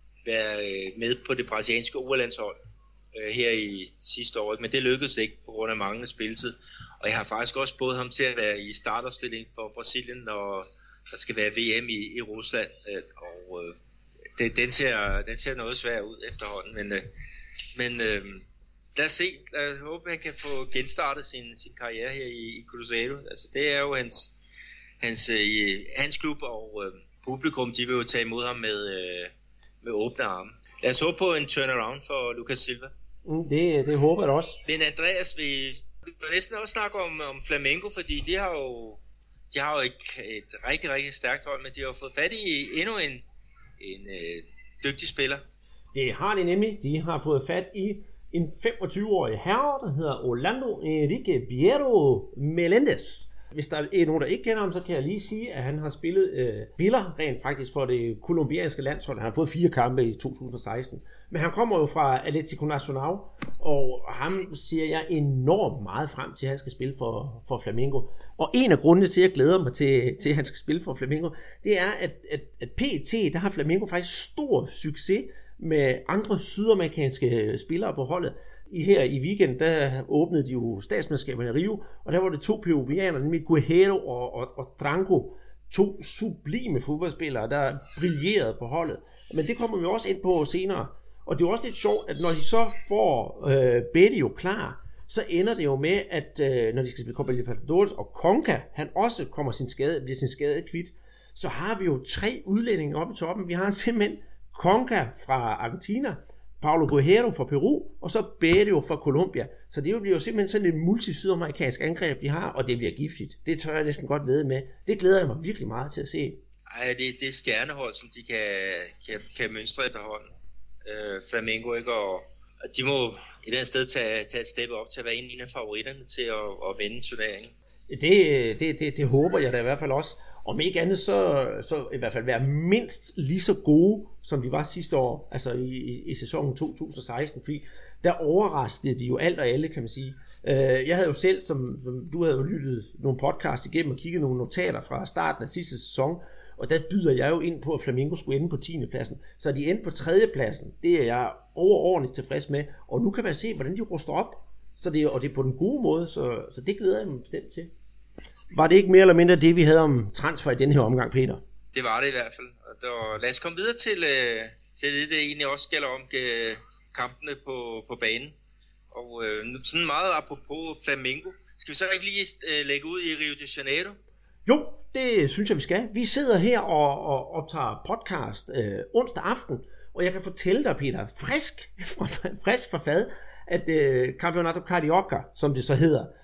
være med på det brasilianske O L-landshold øh, her i sidste år, men det lykkedes ikke på grund af manglende spilletid. Og jeg har faktisk også båret ham til at være i starterstilling for Brasilien, når der skal være V M i, i Rusland. Og øh, det, den, ser, den ser noget svær ud efterhånden. Men, øh, men øh, lad os se. Lad os håbe, at han kan få genstartet sin, sin karriere her i, i Cruzeiro. Altså, det er jo hans, hans, øh, hans klub, og øh, publikum, de vil jo tage imod ham med, øh, med åbne arme. Lad os håbe på en turnaround for Lucas Silva. Mm, det, det håber jeg også. Men Andreas, vi... Vi vil næsten også snakke om, om Flamengo, fordi de har jo, de har jo et, et rigtig, rigtig stærkt hold, men de har jo fået fat i endnu en, en øh, dygtig spiller. Det har de nemlig. De har fået fat i en femogtyve-årig herre, der hedder Orlando Enrique Biero Melendez. Hvis der er nogen, der ikke kender ham, så kan jeg lige sige, at han har spillet øh, spiller rent faktisk for det kolumbianske landshold. Han har fået fire kampe i to tusind og seksten. Men han kommer jo fra Atlético Nacional, og ham siger jeg enormt meget frem til, at han skal spille for, for Flamengo. Og en af grundene til, at jeg glæder mig til, til at han skal spille for Flamengo, det er, at, at, at P T, der har Flamengo faktisk stor succes med andre sydamerikanske spillere på holdet. I her i weekend, der åbnede de jo statsmesterskaberne i Rio, og der var det to peruvianere, nemlig Guerrero og, og, og Tranco, to sublime fodboldspillere, der brillerede på holdet. Men det kommer vi også ind på senere. Og det er også lidt sjovt, at når de så får øh, Bedio klar, så ender det jo med, at øh, når de skal spille Copa Libertadores, og Conca, han også kommer sin skade, bliver sin skade kvidt, så har vi jo tre udlændinge oppe i toppen. Vi har simpelthen Conca fra Argentina, Paulo Guerrero fra Peru, og så Bedio fra Colombia. Så det bliver jo simpelthen sådan et multi-sydamerikansk angreb, de har, og det bliver giftigt. Det tør jeg næsten godt ved med. Det glæder jeg mig virkelig meget til at se. Ej, det, det er stjernehold, som de kan, kan, kan mønstre efterhånden. Øh, Flamengo, ikke? Og de må et eller andet sted tage, tage et step op til at være en af favoritterne til at, at vinde turneringen. Det, det, det, det håber jeg da i hvert fald også. Om ikke andet, så, så i hvert fald være mindst lige så gode, som de var sidste år, altså i, i, i sæsonen to tusind og seksten, fordi der overraskede de jo alt og alle, kan man sige. Jeg havde jo selv, som, som du havde jo lyttet nogle podcast igennem og kigget nogle notater fra starten af sidste sæson, og der byder jeg jo ind på, at Flamengo skulle ende på tiende pladsen. Så de endte på tredje pladsen. Det er jeg overordentligt tilfreds med. Og nu kan man se, hvordan de ruster op. Så det, og det er på den gode måde, så, så det glæder jeg mig bestemt til. Var det ikke mere eller mindre det, vi havde om transfer i denne her omgang, Peter? Det var det i hvert fald. Og der, lad os komme videre til, øh, til det, det egentlig også gælder om øh, kampene på, på banen. Og øh, sådan meget apropos Flamengo. Skal vi så ikke lige øh, lægge ud i Rio de Janeiro? Jo, det synes jeg, vi skal. Vi sidder her og, og optager podcast øh, onsdag aften, og jeg kan fortælle dig, Peter, frisk, frisk fra fad, at øh, Campeonato Carioca, som det så hedder,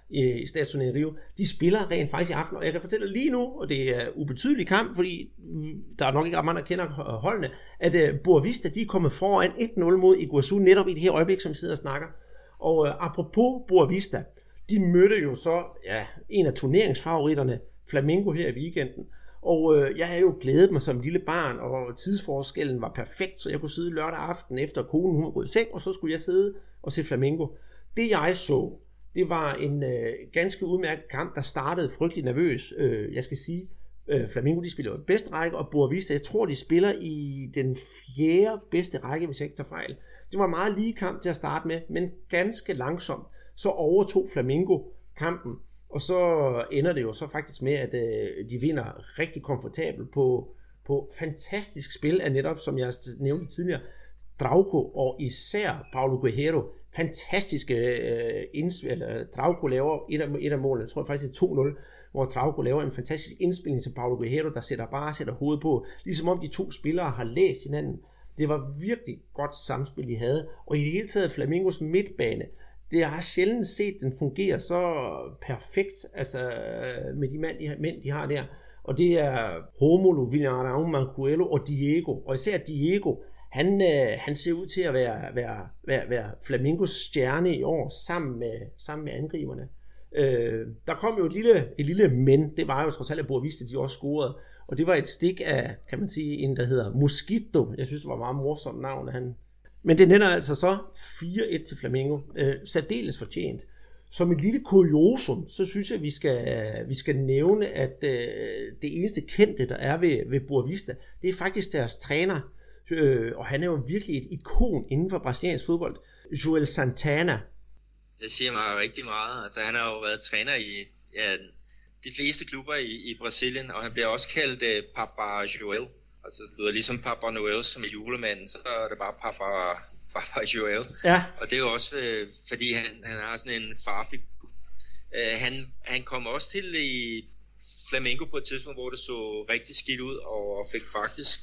i Stadio Rio, de spiller rent faktisk i aften, og jeg kan fortælle lige nu, og det er ubetydelig kamp, fordi der er nok ikke mange, der kender holdene, at uh, Boavista, de er kommet foran et nul mod Iguazu netop i det her øjeblik, som vi sidder og snakker. Og uh, apropos Boavista, de mødte jo så ja, en af turneringsfavoritterne, Flamengo, her i weekenden. Og øh, jeg havde jo glædet mig som lille barn, og tidsforskellen var perfekt, så jeg kunne sidde lørdag aften efter konen hun var gået i seng, og så skulle jeg sidde og se Flamengo. Det jeg så, det var en øh, ganske udmærket kamp, der startede frygtelig nervøs. Øh, jeg skal sige, øh, Flamengo de spiller jo i bedste række, og Boavista, jeg tror de spiller i den fjerde bedste række, hvis jeg ikke tager fejl. Det var en meget lige kamp til at starte med, men ganske langsomt, så overtog Flamengo kampen. Og så ender det jo så faktisk med, at øh, de vinder rigtig komfortabelt på, på fantastisk spil af netop, som jeg nævnte tidligere, Trauco og især Paulo Guerrero. Fantastiske øh, indspil. Trauco laver et af, et af målene, jeg tror faktisk det er to nul, hvor Trauco laver en fantastisk indspilning til Paulo Guerrero, der sætter bare sætter hovedet på, ligesom om de to spillere har læst hinanden. Det var virkelig godt samspil, de havde, og i det hele taget Flamingos midtbane, det har sjældent set den fungere så perfekt, altså med de mænd, de, mænd, de har der. Og det er Romulo, Villarreal, Mancuello og Diego. Og især Diego, han, han ser ud til at være, være, være, være Flamingos stjerne i år, sammen med, sammen med angriberne. Øh, der kom jo et lille, et lille men, det var jo trods alt, at Boavista, de også scorede. Og det var et stik af, kan man sige, en der hedder Mosquito. Jeg synes, det var meget morsomt navn, han... Men det ender altså så fire et til Flamengo. Øh, særdeles fortjent. Som et lille kuriosum, så synes jeg, at vi skal, vi skal nævne, at øh, det eneste kendte, der er ved, ved Boavista, det er faktisk deres træner. Øh, og han er jo virkelig et ikon inden for brasiliansk fodbold. Joel Santana. Det siger mig rigtig meget. Altså, han har jo været træner i ja, de fleste klubber i, i Brasilien, og han bliver også kaldt øh, Papa Joel. Altså, det lyder ligesom Papa Noel som er julemanden, så er det bare Papa, Papa Joel. Ja. Og det er jo også, øh, fordi han, han har sådan en farfigur. Øh, han, han kom også til i Flamengo på et tidspunkt, hvor det så rigtig skidt ud, og fik faktisk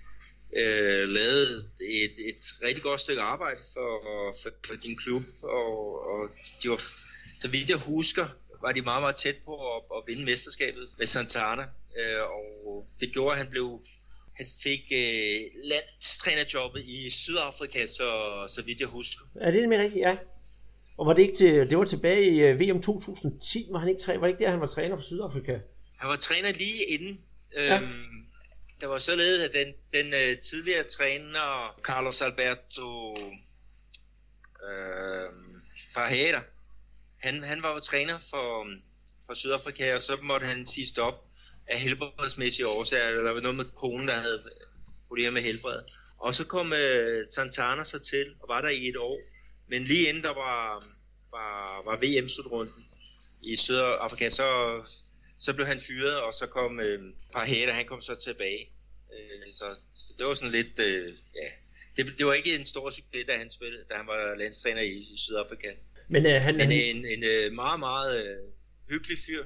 øh, lavet et, et rigtig godt stykke arbejde for, for, for din klub. Og, og de var, så vidt jeg husker, var de meget, meget tæt på at, at vinde mesterskabet med Santana. Øh, og det gjorde, at han blev... Han fik øh, landstrænerjobbet i Sydafrika, så, så vidt jeg husker. Er det mere rigtigt? Ja. Og var det ikke til, det var tilbage i V M to tusind og ti, var han ikke, var det ikke der, han var træner for Sydafrika? Han var træner lige inden. Ja. Øhm, der var således, at den, den uh, tidligere træner, Carlos Alberto øh, Ferreira, han, han var jo træner for, for Sydafrika, og så måtte han sige stop af helbredsmæssige årsager. Der var noget med konen, der havde problemer med helbred. Og så kom uh, Santana så til, og var der i et år. Men lige inden der var, var, var V M-slutrunden i Sydafrika, så, så blev han fyret, og så kom uh, Parheta, han kom så tilbage. Uh, så, så det var sådan lidt, uh, ja, det, det var ikke en stor succes, da han spillede, da han var landstræner i, i Sydafrika. Men, uh, han, Men han... en, en uh, meget, meget uh, hyggelig fyr.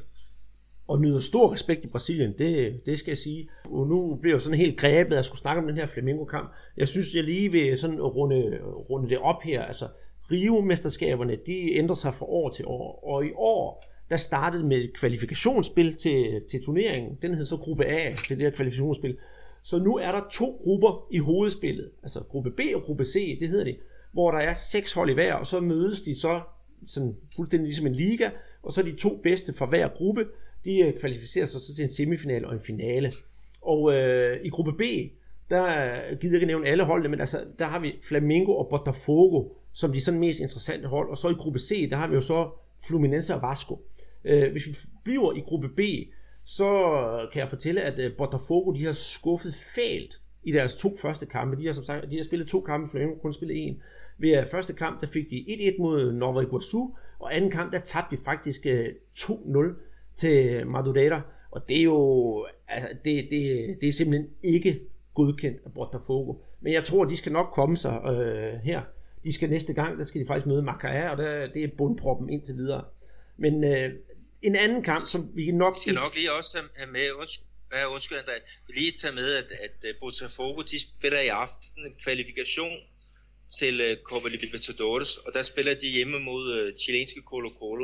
Og nyder stor respekt i Brasilien, det, det skal jeg sige. Og nu bliver jeg sådan helt grebet, at jeg skulle snakke om den her Flamengo-kamp. Jeg synes, jeg lige vil sådan runde, runde det op her. Altså, Rio-mesterskaberne, de ændrer sig fra år til år. Og i år, der startede med et kvalifikationsspil til, til turneringen. Den hed så gruppe A til det her kvalifikationsspil. Så nu er der to grupper i hovedspillet. Altså gruppe B og gruppe C, det hedder det. Hvor der er seks hold i hver, og så mødes de så sådan fuldstændig ligesom en liga. Og så er de to bedste fra hver gruppe. De kvalificerer sig så til en semifinal og en finale. Og øh, i gruppe B, der gider jeg ikke nævne alle holdene, men altså, der har vi Flamengo og Botafogo, som de sådan mest interessante hold. Og så i gruppe C, der har vi jo så Fluminense og Vasco. Øh, hvis vi bliver i gruppe B, så kan jeg fortælle, at Botafogo, de har skuffet fælt i deres to første kampe. De har som sagt, de har spillet to kampe, Flamengo kun spillet en. Ved første kamp, der fik de et et mod Nova Iguazu, og anden kamp, der tabte de faktisk to nul til Madureira, og det er jo altså, det, det, det er simpelthen ikke godkendt af Botafogo. Men jeg tror, de skal nok komme sig øh, her. De skal næste gang, der skal de faktisk møde Macaé, og der, det er bundproppen indtil videre. Men øh, en anden kamp, som vi nok... Vi skal nok lige også have med, undskyld, ja, undskyld André, lige tage med, at, at Botafogo, de spiller i aften en kvalifikation til uh, Copa Libertadores, og der spiller de hjemme mod uh, chilenske Colo Colo.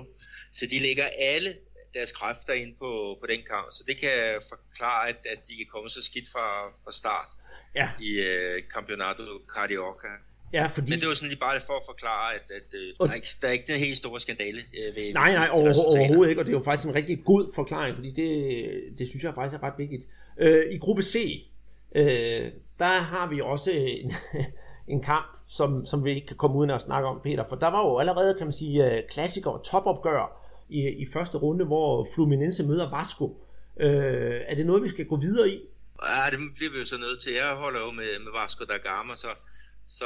så de lægger alle deres kræfter ind på, på den kamp, så det kan forklare, at, at de kan komme så skidt fra, fra start ja. i uh, Campeonato Carioca. Ja, fordi... Men det var sådan lige bare for at forklare, at, at uh, der, er ikke, der er ikke den helt store skandale uh, ved Nej, nej, over, overhovedet ikke, og det er jo faktisk en rigtig god forklaring, fordi det, det synes jeg faktisk er ret vigtigt. Uh, I gruppe C, uh, der har vi også en, en kamp, som, som vi ikke kan komme uden at snakke om, Peter, for der var jo allerede, kan man sige, klassikere og topopgør i, i første runde, hvor Fluminense møder Vasco. Uh, er det noget, vi skal gå videre i? Ja, det bliver vi jo så nødt til. Jeg holder jo med, med Vasco da Gama, så, så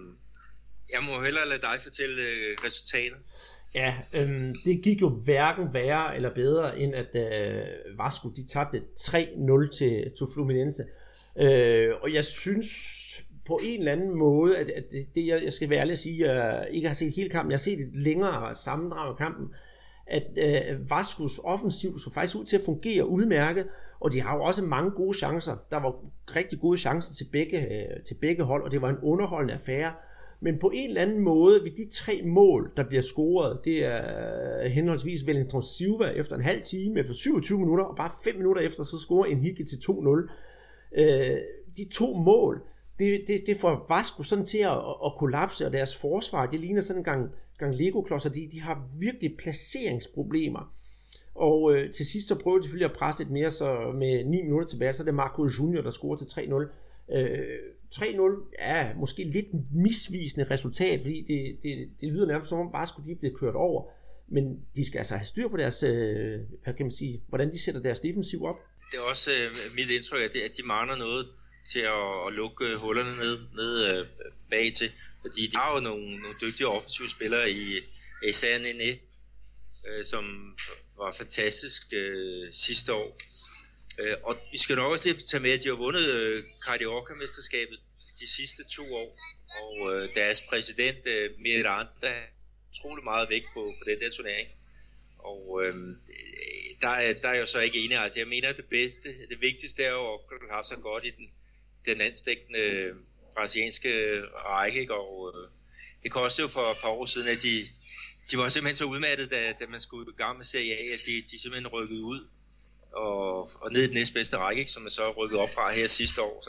jeg må hellere lade dig fortælle uh, resultatet. Ja, øhm, det gik jo hverken værre eller bedre, end at øh, Vasco de tabte tre nul til, til Fluminense. Øh, og jeg synes på en eller anden måde, at, at det jeg, jeg skal være ærlig at sige, at jeg ikke har set hele kampen, jeg har set et længere sammendrag af kampen, at øh, Vascos offensiv så faktisk ud til at fungere udmærket, og de har jo også mange gode chancer. Der var rigtig gode chancer til begge, øh, til begge hold, og det var en underholdende affære. Men på en eller anden måde, ved de tre mål, der bliver scoret, det er henholdsvis Wellington Silva efter en halv time, efter syvogtyve minutter, og bare fem minutter efter, så scorer Henrique til to nul. Øh, de to mål, det, det, det får Vasco sådan til at, at kollapse, og deres forsvar, det ligner sådan en gang, gang Lego-klodser, de, de har virkelig placeringsproblemer. Og øh, til sidst så prøver de selvfølgelig at presse lidt mere, så med ni minutter tilbage, så er det Marco Junior, der scorer til tre nul. Øh, tre nul er måske lidt misvisende resultat, fordi det, det, det lyder nærmest som om bare skulle de blive kørt over, men de skal altså have styr på deres, øh, hvad kan man sige, hvordan de sætter deres defensiv op. Det er også øh, mit indtryk, at, det, at de mangler noget til at, at lukke hullerne ned, ned øh, bag til, fordi de har jo nogle, nogle dygtige offensive spillere i især Nene, øh, som var fantastisk øh, sidste år. Uh, og vi skal nok også lige tage med, at de har vundet uh, Carioca-mesterskabet de sidste to år, og uh, deres præsident uh, Miranda er utrolig meget væk på, på den der turnering. Og uh, der, er, der er jo så ikke enig. Altså, jeg mener, at det bedste, det vigtigste er jo at klare sig godt i den, den landstækkende brasilianske række, ikke? Og uh, det kostede jo for et par år siden, at de, de var simpelthen så udmattet, da, da man skulle i gang med Serie A, at de, de simpelthen rykkede ud. Og, og ned i den næstbedste række, ikke, som er så rykket op fra her sidste år. Så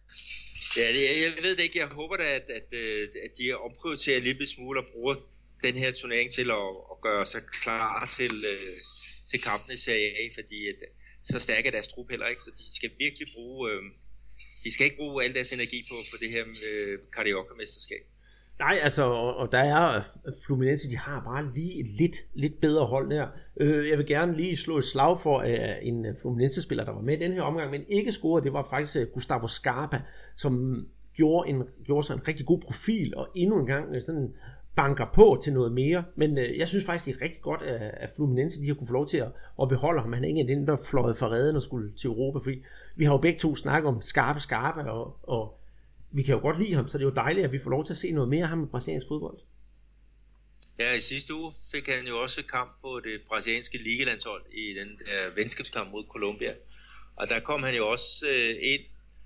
ja, det, jeg ved det ikke. Jeg håber da, at, at, at de omprioriterer lidt smule og bruger den her turnering til at, at gøre sig klar til, til kampen i Serie A, fordi at, så stærk er deres trup heller ikke. Så de skal virkelig bruge, øh, de skal ikke bruge al deres energi på, på det her øh, Carioca-mesterskab. Nej, altså, og, og der er Fluminense, de har bare lige et lidt, lidt bedre hold der. Øh, jeg vil gerne lige slå et slag for uh, en Fluminense-spiller, der var med i den her omgang, men ikke scorede. Det var faktisk uh, Gustavo Scarpa, som gjorde, en, gjorde sig en rigtig god profil, og endnu en gang uh, sådan banker på til noget mere. Men uh, jeg synes faktisk, det er rigtig godt, at, at Fluminense de har kunne få lov til at, at beholde ham. Han er ingen af den, der fløjede fra redden og skulle til Europa, fordi vi har jo begge to snakket om Scarpa, Scarpa, og, og vi kan jo godt lide ham, så det er jo dejligt, at vi får lov til at se noget mere af ham i brasiliansk fodbold. Ja, i sidste uge fik han jo også kamp på det brasilianske ligalandshold i den der venskabskamp mod Colombia. Og der kom han jo også øh, ind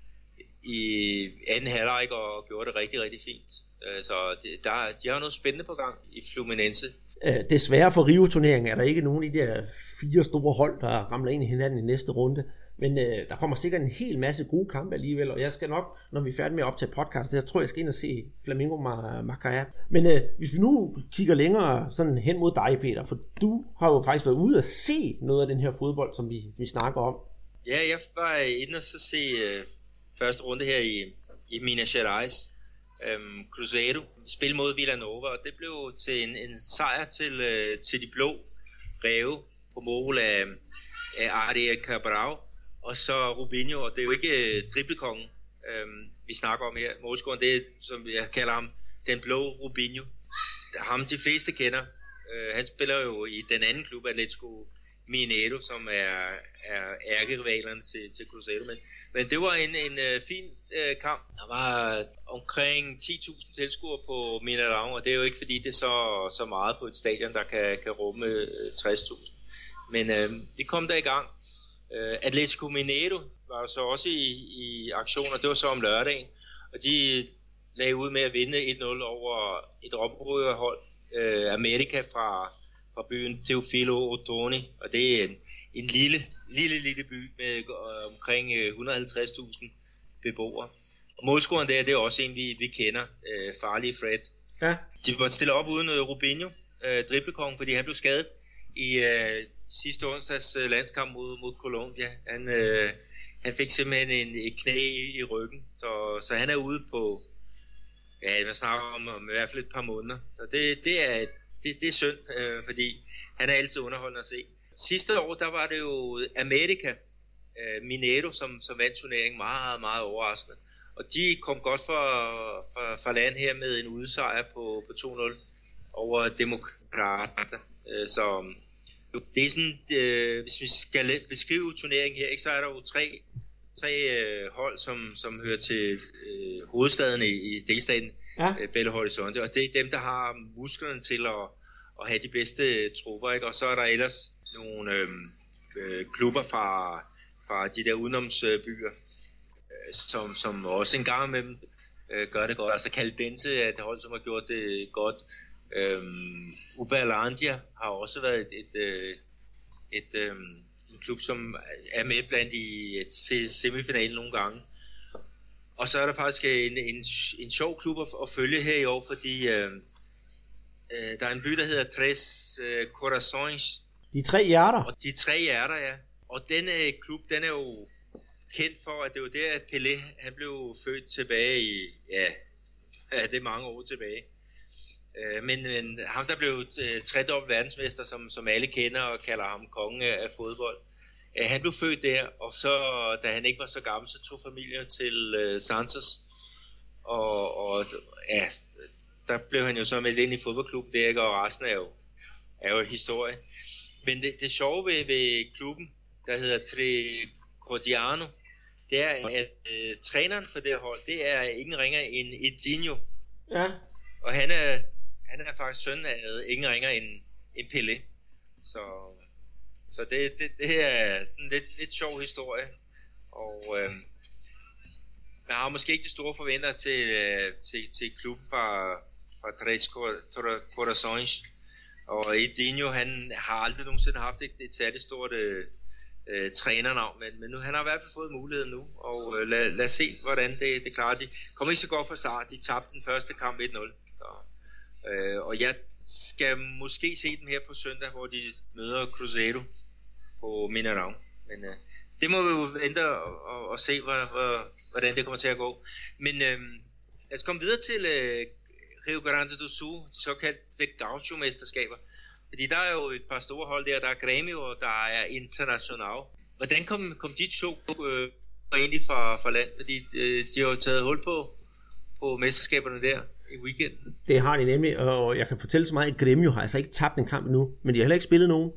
i anden halvleg og gjorde det rigtig, rigtig fint. Øh, så det, der, de har noget spændende på gang i Fluminense. Øh, desværre for Rio-turneringen er der ikke nogen af de der fire store hold, der ramler ind i hinanden i næste runde. Men øh, der kommer sikkert en hel masse gode kampe alligevel, og jeg skal nok, når vi er færdige med at optage podcast, jeg tror, jeg skal ind og se Flamengo Macaé. Men øh, hvis vi nu kigger længere sådan hen mod dig, Peter, for du har jo faktisk været ude at se noget af den her fodbold, som vi, vi snakker om. Ja, jeg var inde og så se øh, første runde her i, i Minas Gerais. Øhm, Cruzeiro spil mod Villanova, og det blev til en, en sejr til, øh, til de blå ræve på mål af, af Ariel Cabral. Og så Rubinho, og det er jo ikke øh, driblekongen, øhm, vi snakker om her. Målscoren, det er, som jeg kalder ham, den blå Rubinho. Ham de fleste kender. Øh, han spiller jo i den anden klub, Atlético Mineiro, som er, er ærkerivalerne til, til Cruzeiro. Men, men det var en, en uh, fin uh, kamp. Der var omkring ti tusind tilskuere på Mineirão, og det er jo ikke fordi, det er så, så meget på et stadion, der kan, kan rumme uh, tres tusind. Men uh, vi kom der i gang. Uh, Atlético Mineiro var så også i, i aktion, og det var så om lørdagen. Og de lagde ud med at vinde et nul over et oprykkerhold, uh, America fra, fra byen Teofilo Otoni, og det er en, en lille, lille, lille by med øh, omkring et hundrede og halvtreds tusind beboere. Og målscoren der, det er også en, vi, vi kender, øh, Farlige Fred. Ja. De var stillet op uden øh, Rubinho, øh, driblekongen, fordi han blev skadet i øh, sidste onsdags øh, landskamp mod, mod Colombia. Han, øh, han fik simpelthen en, et knæ i, i ryggen, så, så han er ude på, ja, man snakker om, om i hvert fald et par måneder. Så det, det, er, det, det er synd, øh, fordi han er altid underholdende at se. Sidste år, der var det jo America øh, Mineiro, som, som vandt turneringen, meget, meget overraskende. Og de kom godt fra, fra, fra land her med en udsejr på, på to nul over Demokrater. Øh, så det er sådan, øh, hvis vi skal beskrive turneringen her, ikke, så er der jo tre, tre øh, hold, som, som hører til øh, hovedstaden i, i delstaten, ja. øh, Belo Horizonte, og det er dem, der har musklerne til at, at have de bedste trupper, ikke? Og så er der ellers nogle øh, øh, klubber fra, fra de der udenomsbyer, øh, som, som også en gang imellem øh, gør det godt. Altså Caldense er et hold, som har gjort det godt. Øhm, Uberlandia har også været et, et, et, et, et, en klub, som er med blandt i et semifinalen nogle gange. Og så er der faktisk en, en, en sjov klub at, at følge her i år, fordi øh, øh, der er en by, der hedder Tres øh, Corazones. De tre hjerter. Og de tre hjerter, ja. Og denne klub, den er jo kendt for, at det var der, at Pelé, han blev født tilbage i, ja, ja det er mange år tilbage. Men, men ham, der blev tredobbelt verdensmester, som, som alle kender og kalder ham kongen af fodbold, han blev født der, og så, da han ikke var så gammel, så tog familien til uh, Santos, og, og ja, der blev han jo så meldt ind i fodboldklubben der, og resten er jo, er jo historie. Men det, det sjove ved, ved klubben, der hedder Tricodiano, det er, at uh, træneren for det hold, det er ingen ringer end Edinho. Ja. Og han er Han er faktisk søn af ingen ringer end, end Pelé. Så, så det, det, det er sådan lidt, lidt sjov historie. Og øh, jeg har måske ikke de store forventninger til, til, til klubben fra, fra Tres Corazones. Og Edinho, han har aldrig nogensinde haft et, et særligt stort øh, øh, trænernavn. Men, men nu, han har i hvert fald fået muligheden nu. Og øh, lad, lad os se, hvordan det, det klarer. De kommer ikke så godt fra start. De tabte den første kamp et nul. Så. Øh, og jeg skal måske se dem her på søndag, hvor de møder Cruzeiro på Mineirão. Men øh, det må vi jo vente og, og, og se, hvor, hvor, hvordan det kommer til at gå. Men øh, lad os komme videre til øh, Rio Grande do Sul, de såkaldte Gaucho-mesterskaber. Fordi der er jo et par store hold der, der er Grêmio og der er Internacional. Hvordan kom, kom de to øh, egentlig fra, fra land? Fordi øh, de har jo taget hul på, på mesterskaberne der i weekenden. Det har de nemlig, og jeg kan fortælle så meget, at Grêmio har altså ikke tabt en kamp endnu, men de har heller ikke spillet nogen.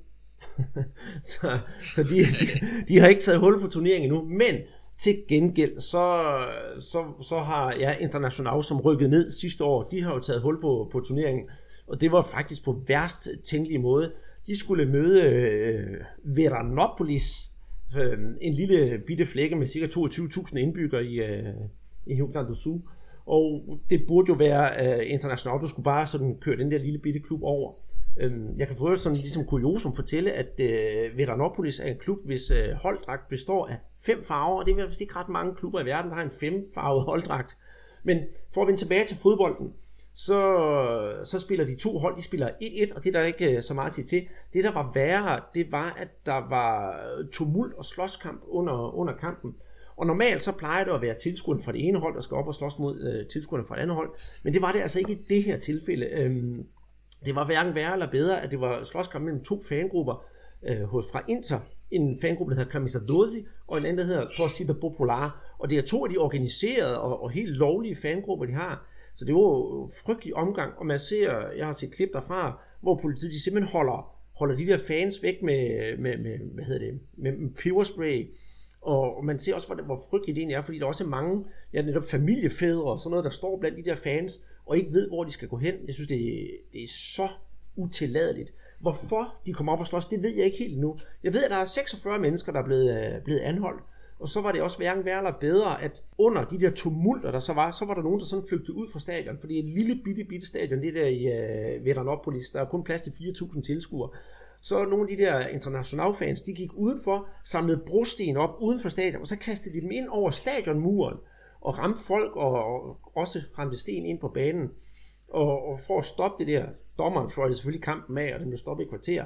så så de, de, de har ikke taget hul på turneringen endnu, men til gengæld, så, så, så har ja, Internacional, som rykkede ned sidste år, de har jo taget hul på, på turneringen, og det var faktisk på værst tænkelige måde. De skulle møde øh, Veranópolis, øh, en lille bitte flække med cirka toogtyve tusind indbyggere i, øh, i Rio Grande do Sul. Og det burde jo være uh, Internacional, du skulle bare sådan køre den der lille bitte klub over. Um, jeg kan få sådan ligesom kuriosum fortælle, at uh, Veranópolis er en klub, hvis uh, holddragt består af fem farver, og det er vist ikke ret mange klubber i verden, der har en femfarvet holddragt. Men for at vende tilbage til fodbolden, så, så spiller de to hold, de spiller et et, og det er der ikke uh, så meget til til. Det der var værre, det var, at der var tumult og slåskamp under, under kampen. Og normalt så plejer det at være tilskuerne fra det ene hold, der skal op og slås mod øh, tilskuerne fra det andet hold. Men det var det altså ikke i det her tilfælde. Øhm, det var hverken værre eller bedre, at det var slåskamp mellem to fangrupper øh, hos fra Inter. En fangruppe, der hedder Camisa doze, og en anden, der hedder Torcida Popular. Og det er to af de organiserede og, og helt lovlige fangrupper, de har. Så det var jo frygtelig omgang, og man ser, jeg har set klip derfra, hvor politiet de simpelthen holder, holder de der fans væk med, med, med hvad hedder det, med, med peberspray. Og man ser også, hvor, hvor frygteligt det egentlig er, fordi der også er mange, ja, netop familiefædre og sådan noget, der står blandt de der fans, og ikke ved, hvor de skal gå hen. Jeg synes, det er, det er så utilladeligt. Hvorfor de kommer op og slås, det ved jeg ikke helt nu. Jeg ved, at der er seksogfyrre mennesker, der er blevet, blevet anholdt, Og så var det også hverken værre eller bedre, at under de der tumulter, der så var, så var der nogen, der sådan flygtede ud fra stadion. Fordi et lille bitte, bitte stadion, det der i uh, Veteranopolis, der er kun plads til fire tusind tilskuere. Så nogle af de der internationalfans, de gik udenfor, samlede brosten op uden for stadion, og så kastede de dem ind over stadionmuren, og ramte folk, og, og også ramte sten ind på banen. Og, og for at stoppe det der, dommeren fløjte selvfølgelig kampen af, og den blev stoppet i kvarter,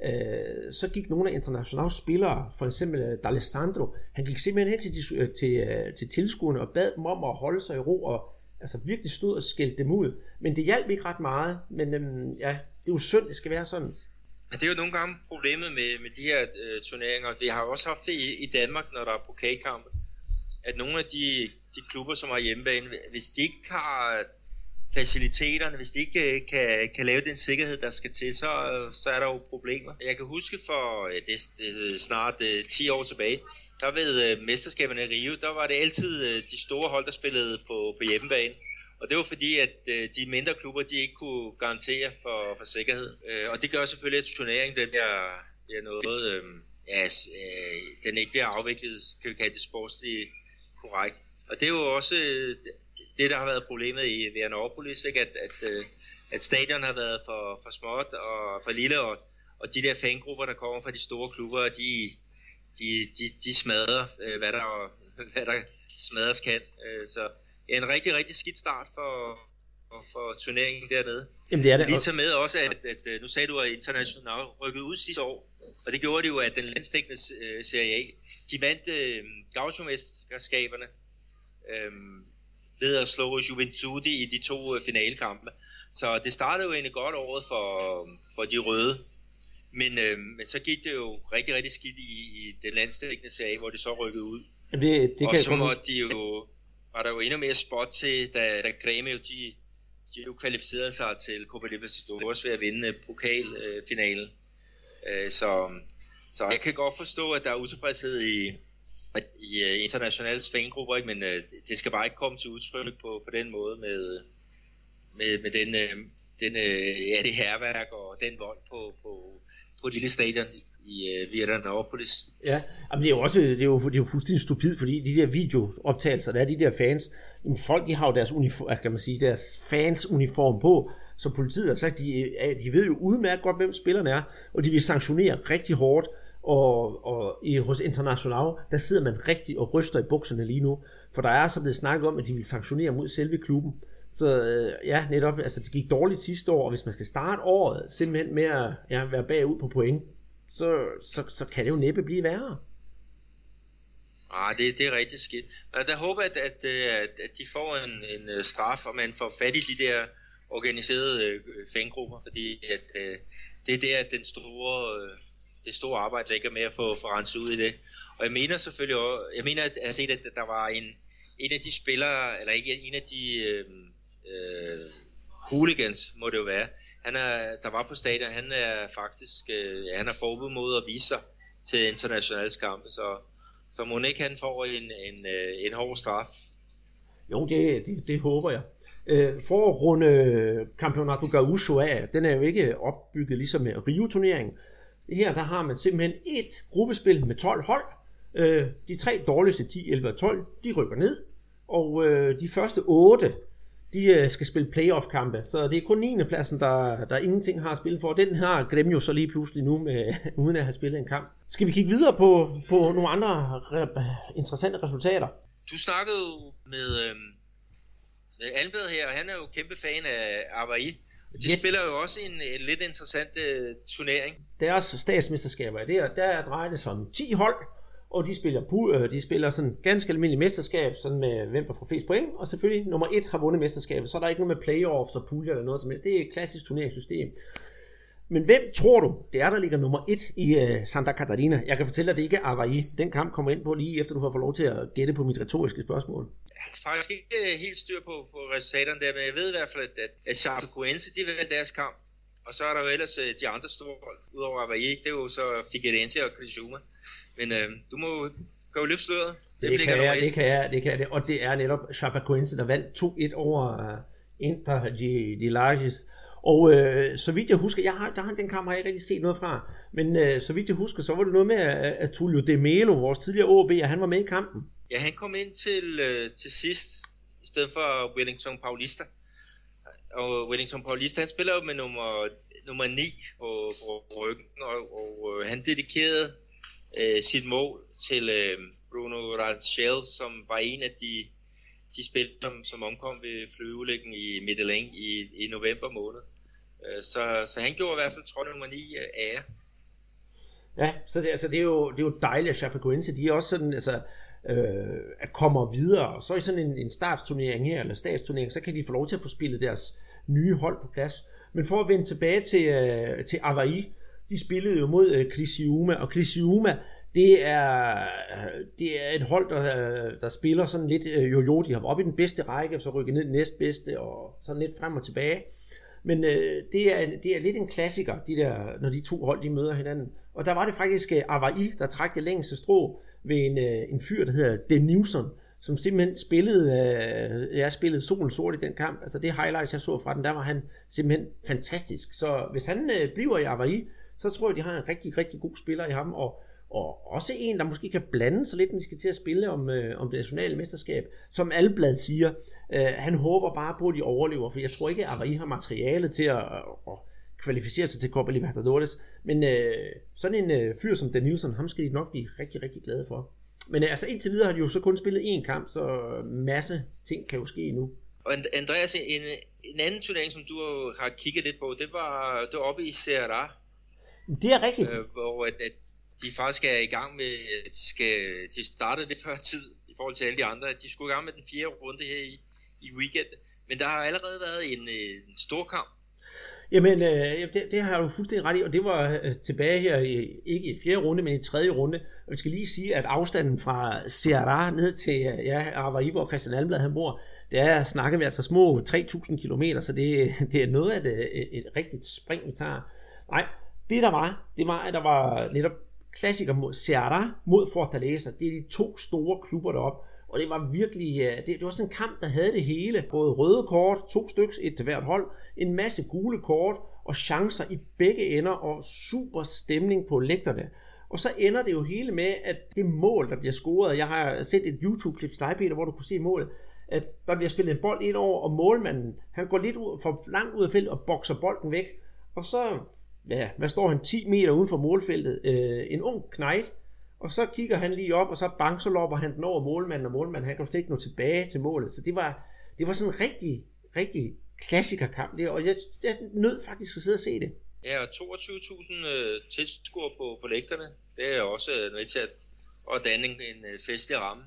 øh, så gik nogle af internationale spillere, for eksempel D'Alessandro, han gik simpelthen hen til, til, til, til tilskuerne og bad dem om at holde sig i ro, og altså virkelig stod og skældte dem ud. Men det hjalp ikke ret meget, men øhm, ja, det er jo synd, det skal være sådan. Men det er jo nogle gange problemet med, med de her øh, turneringer. Det har jo også haft det i, i Danmark, når der er pokalkampe, at nogle af de, de klubber, som har hjemmebane, hvis de ikke har faciliteterne, hvis de ikke kan, kan lave den sikkerhed, der skal til, så, så er der jo problemer. Jeg kan huske for det, det snart ti år tilbage, der ved mesterskaberne i Rio, der var det altid de store hold, der spillede på, på hjemmebane. Og det var fordi, at de mindre klubber, de ikke kunne garantere for, for sikkerhed. Og det gør selvfølgelig, at turneringen den bliver, bliver noget, ja, den ikke bliver afviklet, kan vi kalde det sportsligt korrekt. Og det er jo også det, der har været problemet i Veteranopolis, ikke? At, at, at stadion har været for, for småt og for lille, og, og de der fangrupper, der kommer fra de store klubber, de, de, de, de smadrer, hvad der, hvad der smadres kan. Så en rigtig, rigtig skidt start for, for, for turneringen dernede. Jamen det er det. Lige tager med også, at, at nu sagde du, at International rykkede ud sidste år, og det gjorde de jo, at den landsdækkende Serie A, de vandt øh, Gaucho-mesterskaberne øh, ved at slå Juventude i de to øh, finalekampe. Så det startede jo egentlig godt året for, for de røde, men, øh, men så gik det jo rigtig, rigtig skidt i, i den landsdækkende Serie A, hvor de så rykkede ud. Jamen det, det og kan så måtte de jo, var der jo endnu mere spot til, da, da Grêmio, de De jo kvalificerede sig til Copa Libertadores ved at vinde pokalfinalen. Øh, så, så jeg kan godt forstå, at der er utilfredshed i, i internationale fangrupper, men øh, det skal bare ikke komme til udtryk på, på den måde med, med, med den, øh, den, øh, ja, det hærværk og den vold på, på, på et lille stadion i øh, Veteranopolis. Ja, men det er jo også det er jo, det er jo fuldstændig stupid, fordi de der videooptagelser, der er de der fans, jamen folk de har jo deres uniform, kan man sige, deres fans uniform på, så politiet har sagt, de, de ved jo udmærket godt, hvem spillerne er, og de vil sanktionere rigtig hårdt, og, og i, hos International, der sidder man rigtig og ryster i bukserne lige nu, for der er så blevet snakket om, at de vil sanktionere mod selve klubben. Så ja, netop, altså det gik dårligt sidste år, og hvis man skal starte året simpelthen med at ja, være bagud på point, så, så, så kan det jo næppe blive værre. Ah, det, det er rigtig skidt. Men jeg håber, at, at, at, at de får en, en straf, og man får fat i de der organiserede fangrupper, fordi at, det er der, at den store, det store arbejde ligger med at få, få renset ud i det. Og jeg mener selvfølgelig også, jeg mener, at jeg har set, at der var en, en af de spillere, eller ikke en af de øh, øh, hooligans, må det jo være, han er, der var på stadion, han er faktisk, øh, han har forbud mod at vise sig til internationale kampe, så Så må ikke han får en, en, en hård straf? Jo, det, det, det håber jeg. For at runde Campeonato Gaúcho af, den er jo ikke opbygget ligesom med Rio-turneringen. Her der har man simpelthen et gruppespil med tolv hold. De tre dårligste, ti, elleve og tolv, de rykker ned. Og de første otte, de skal spille playoff-kampe. Så det er kun niende pladsen, der, der ingenting har at spille for. Den har Grêmio så lige pludselig nu, med, uden at have spillet en kamp. Skal vi kigge videre på, på nogle andre re- interessante resultater? Du snakkede jo med, øh, med Almblad her, og han er jo kæmpe fan af Avaí. De yes. spiller jo også en, en lidt interessant uh, turnering. Deres statsmesterskaber, der, der drejer det sig om ti hold, og de spiller, de spiller sådan ganske almindelig mesterskab, sådan med hvem der får flest point, og selvfølgelig nummer et har vundet mesterskabet, så er der ikke noget med playoffs og puljer eller noget som helst. Det er et klassisk turneringssystem. Men hvem tror du, det er, der ligger nummer et i uh, Santa Catarina? Jeg kan fortælle dig, at det ikke er Avaí. Den kamp kommer ind på lige efter, du har fået lov til at gætte på mit retoriske spørgsmål. Jeg har faktisk ikke helt styr på, på resultaterne der, men jeg ved i hvert fald, at, at Chapecoense, de vandt deres kamp. Og så er der jo ellers de andre store hold, udover Avaí. Det er jo så Figueirense og Criciúma. Men øh, du må gå løfte sløret. Det, det, kan jeg, det kan jeg, det kan jeg. Og det er netop Chapecoense, der vandt to et over uh, Inter de, de Lages. Og øh, så vidt jeg husker, jeg har, der har den kamp har jeg ikke rigtig set noget fra, men øh, så vidt jeg husker, så var det noget med, at, at Tullio De Melo, vores tidligere O B, han var med i kampen. Ja, han kom ind til, øh, til sidst, i stedet for Wellington Paulista. Og Wellington Paulista, han spiller jo med nummer, nummer ni på, på ryggen, og, og øh, han dedikerede øh, sit mål til øh, Bruno Rangel, som var en af de, de spillere, som, som omkom ved flyulykken i Medellin i, i november måned. Øh, så, så han gjorde i hvert fald trøje nummer ni øh, ære. Ja, så det, altså, det, er jo, det er jo dejligt, at Chapecoense, de er også sådan, altså, øh, at kommer videre, og så i sådan en, en startsturnering her, eller statsturnering, så kan de få lov til at få spillet deres nye hold på plads. Men for at vende tilbage til, øh, til Avaí, de spillede jo mod øh, Criciúma, og Criciúma, det er, det er et hold, der, der spiller sådan lidt øh, jo-jo, de har været oppe i den bedste række, så rykket ned den næstbedste, og sådan lidt frem og tilbage. Men øh, det, er, det er lidt en klassiker, de der, når de to hold de møder hinanden. Og der var det faktisk uh, Avaí, der trak det længste strå ved en, uh, en fyr, der hedder Denilson, som simpelthen spillede, uh, jeg spillede solen sort i den kamp. Altså det highlights, jeg så fra den, der var han simpelthen fantastisk. Så hvis han uh, bliver i Avaí, så tror jeg, de har en rigtig, rigtig god spiller i ham, og, og også en, der måske kan blande sig lidt, når de skal til at spille om, uh, om det nationale mesterskab. Som Alblad siger, uh, han håber bare på, at de overlever, for jeg tror ikke, at Avaí har materiale til at... Uh, kvalificere sig til Copa Libertadores, men øh, sådan en øh, fyr som Denilson, ham skal de nok blive rigtig, rigtig glade for. Men øh, altså indtil videre har de jo så kun spillet én kamp, så masse ting kan jo ske endnu. Og Andreas, en, en anden turnering, som du har kigget lidt på, det var, det var oppe i Ceará. Det er rigtigt. Øh, hvor at, at de faktisk er i gang med, at de, skal, de startede lidt før tid i forhold til alle de andre. De skulle i gang med den fjerde runde her i, i weekend, men der har allerede været en, en stor kamp. Jamen, øh, det, det har du fuldstændig ret i, og det var øh, tilbage her, i, ikke i fjerde runde, men i tredje runde. Og vi skal lige sige, at afstanden fra Ceará ned til ja, Avaí, hvor Christian Almblad han bor, det er snakket med altså små tre tusind kilometer, så det, det er noget af et, et, et rigtigt spring, vi tager. Nej, det der var, det var, at der var netop klassiker mod Ceará mod Fortaleza. Det er de to store klubber deroppe. Og det var virkelig, det, det var sådan en kamp, der havde det hele. Både røde kort, to stykker, et til hvert hold, en masse gule kort og chancer i begge ender og super stemning på lægterne. Og så ender det jo hele med, at det mål, der bliver scoret, jeg har set et YouTube-klip til dig, Peter, hvor du kunne se målet, at der bliver spillet en bold ind over, og målmanden, han går lidt ud, for langt ud af feltet og bokser bolden væk. Og så, ja, hvad står han, ti meter uden for målfeltet, øh, en ung knejt. Og så kigger han lige op, og så bank, så lopper han den over målmanden, og målmanden han kan slet ikke nå tilbage til målet. Så det var, det var sådan en rigtig, rigtig klassikerkamp, og jeg, jeg nød faktisk at sidde og se det. Ja, og toogtyve tusind øh, tilskuere på, på lægterne, det er også noget til at, at danne en, en festlig ramme.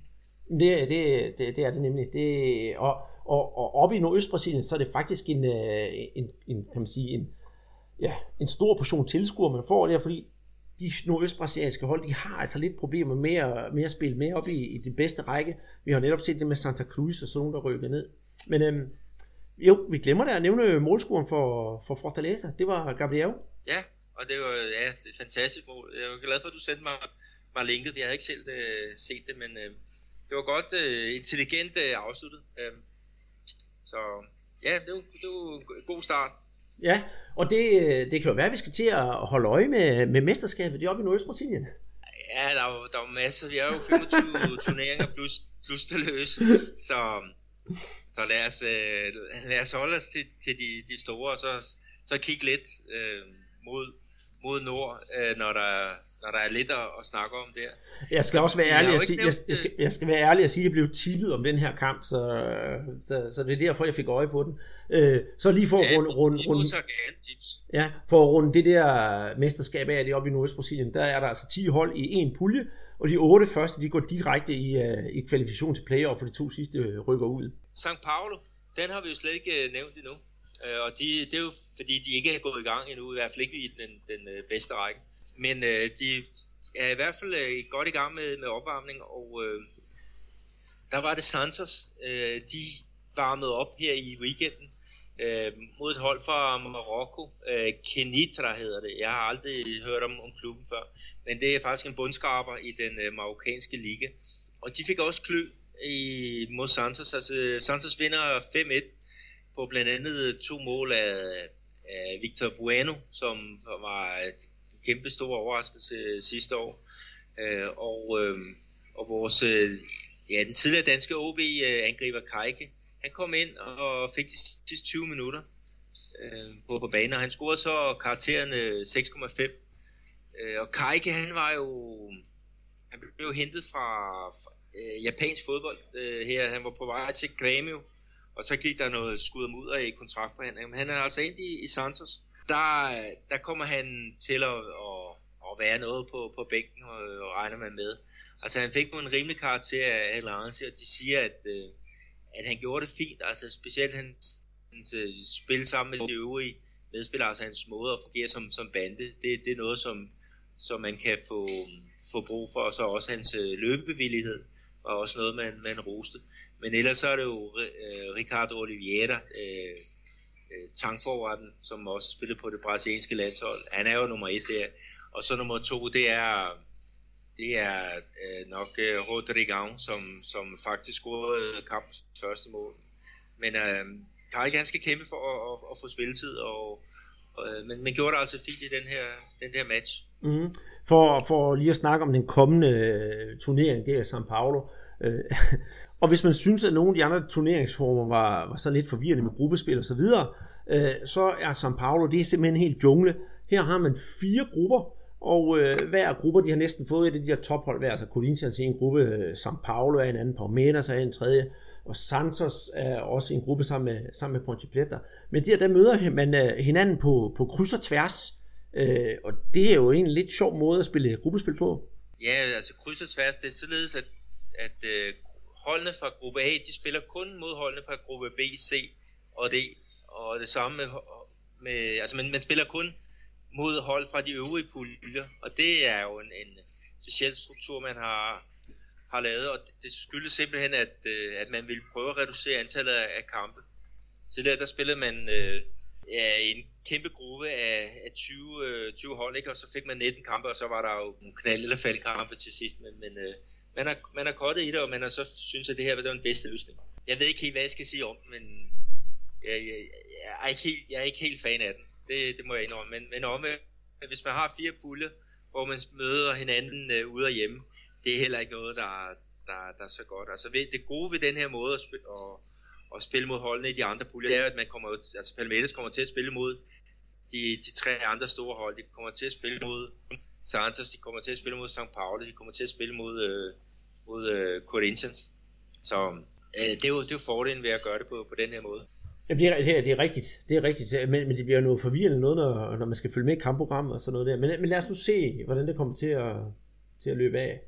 Det, det, det, det er det nemlig. Det, og, og, og oppe i Nordøstbrasilien, så er det faktisk en, en, en, kan man sige, en, ja, en stor portion tilskuere, man får der, fordi de nordøstbrasilianske hold, de har altså lidt problemer med at, med at spille med op i, i den bedste række. Vi har netop set det med Santa Cruz og sådan nogle, der rykker ned. Men øhm, jo, vi glemmer da at nævne målscoren for, for Fortaleza. Det var Gabriel. Ja, og det var ja, det er et fantastisk mål. Jeg var glad for, at du sendte mig, mig linket. Jeg havde ikke selv uh, set det, men uh, det var godt uh, intelligent uh, afsluttet. Uh, så ja, det var, det var en god start. Ja, og det, det kan jo være, at vi skal til at holde øje med, med mesterskabet. Det er oppe i Nordøstbrasilien. Ja, der er jo, der er masser. Vi har jo femogtyve turneringer plus, plus det løs. Så, så lad, os, lad os holde os til, til de, de store, og så, så kigge lidt øh, mod, mod nord, øh, når, der, når der er lidt at, at snakke om der. Jeg skal også være ærlig at sige, jeg, jeg, skal, jeg skal være ærlig at sige, at jeg blev tippet om den her kamp, så, så, så det er derfor, jeg fik øje på den. Øh, så lige for at ja, runde, runde, runde, ja, for at runde det der mesterskab af, det oppe i Nordøstbrasilien, der er der altså ti hold i en pulje, og de otte første, de går direkte i, uh, i kvalifikation til playoff, for de to sidste rykker ud. São Paulo, den har vi jo slet ikke uh, nævnt endnu, uh, og de, det er jo fordi, de ikke er gået i gang endnu, i hvert fald ikke i den, den uh, bedste række. Men uh, de er i hvert fald uh, godt i gang med, med opvarmning, og uh, der var det Santos, uh, de varmede op her i weekenden, Øh, mod et hold fra Marokko, øh, Kenitra hedder det. Jeg har aldrig hørt om, om klubben før, men det er faktisk en bundskraber i den øh, marokkanske liga. Og de fik også klø i, mod Santos. Altså, Santos vinder fem et på blandt andet to mål af, af Victor Bueno, som var et kæmpe stor overraskelse sidste år. Øh, og, øh, og vores, øh, ja, den tidligere danske O B-angriber Kajke, han kom ind og fik de sidste tyve minutter øh, på, på banen, og han scorede så karakteren øh, seks komma fem. Øh, og Kajke, han var jo, han blev hentet fra, fra øh, japansk fodbold øh, her. Han var på vej til Grêmio, og så gik der noget skud og mudder i kontraktforhandlingen. Men han er altså ind i, i Santos. Der, der kommer han til at, at, at være noget på, på bænken, og, og regner man med. Altså han fik nu en rimelig karakter af Lance, og de siger, at, at han gjorde det fint. Altså specielt hans, hans spil sammen med de øvrige medspillere, altså hans måde at fungere som, som bande, det, det er noget, som, som man kan få, få brug for. Og så også hans løbebevillighed, og også noget, man, man roste. Men ellers så er det jo uh, Ricardo Oliveira, uh, uh, tankforwarden, som også spiller på det brasilianske landshold. Han er jo nummer et der. Og så nummer to, det er, det er uh, nok uh, Rodrigão, som, som faktisk scorede kampens første mål. Men uh, Kajke, han skal kæmpe for at, at, at få spilletid, og, og, uh, men man gjorde det altså fint i den her, den her match. Mm-hmm. For, for lige at snakke om den kommende turnering, det er São Paulo. Og hvis man synes, at nogle af de andre turneringsformer var, var så lidt forvirrende med gruppespil og så videre, øh, så er São Paulo, det er simpelthen en helt jungle. Her har man fire grupper, og øh, hver gruppe, de har næsten fået et af de her tophold hver. Altså Corinthians er en gruppe, São Paulo er en anden, Palmeiras er en tredje, og Santos er også en gruppe sammen med, sammen med Ponte Preta. Men der, der møder man øh, hinanden på, på kryds og tværs, øh, og det er jo en lidt sjov måde at spille gruppespil på. Ja, altså kryds og tværs, det er således, at, at øh, holdene fra gruppe A, de spiller kun mod holdene fra gruppe B, C og D, og det samme med, med altså man, man spiller kun mod hold fra de øvrige puljer, og det er jo en, en speciel struktur, man har, har lavet, og det skyldes simpelthen, at, at man vil prøve at reducere antallet af kampe. Tidligere der spillede man øh, ja, en kæmpe gruppe af, af tyve, øh, tyve hold, ikke? Og så fik man nitten kampe, og så var der jo nogle knald- eller faldkampe til sidst, men, men øh, man har, man har kottet i det, og man har så synes, at det her var den bedste løsning. Jeg ved ikke helt, hvad jeg skal sige om den, men jeg, jeg, jeg, er, ikke helt, jeg er ikke helt fan af den. Det, det må jeg indrømme. Men, men om, hvis man har fire puljer, hvor man møder hinanden øh, ude og hjemme, det er heller ikke noget, der, der, der er så godt. Altså det gode ved den her måde at spille, at, at spille mod holdene i de andre puljer, det er, at man kommer, altså Palmeiras kommer til at spille mod de, de tre andre store hold. De kommer til at spille mod Santos, de kommer til at spille mod São Paulo, de kommer til at spille mod, øh, mod øh, Corinthians. Så øh, det, er jo, det er jo fordelen ved at gøre det på, på den her måde. Jamen, det, er, det, er, det er rigtigt, det er rigtigt, men, men det bliver jo noget forvirrende noget, når, når man skal følge med i kampprogrammet og sådan noget der. Men, men lad os nu se, hvordan det kommer til at, til at løbe af.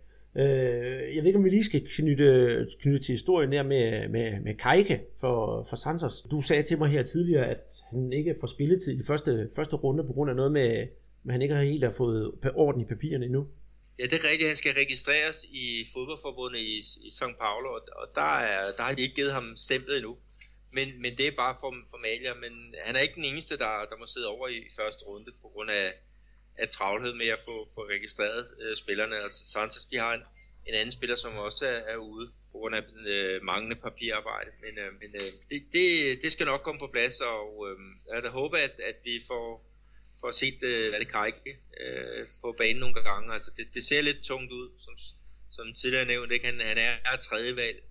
Øh, jeg ved ikke, om vi lige skal knytte, knytte til historien der med, med, med Kajke for, for Santos. Du sagde til mig her tidligere, at han ikke får spilletid i de første, første runde på grund af noget med, men han ikke har helt har fået orden i papirerne endnu. Ja, det er rigtigt. Han skal registreres i fodboldforbundet i, i São Paulo, og, og der, er, der har de ikke givet ham stemplet endnu. Men, men det er bare for formalier, men han er ikke den eneste, der, der må sidde over i første runde på grund af, af travlhed med at få, få registreret øh, spillerne. Altså Santos, de har en, en anden spiller, som også er, er ude på grund af øh, manglende papirarbejde. Men, øh, men øh, det, det, det skal nok komme på plads, og øh, jeg da håber, at, at vi får, får set øh, det Kajke øh, på banen nogle gange. Altså det, det ser lidt tungt ud, som, som tidligere nævnt. Ikke? Han, han er tredje valg.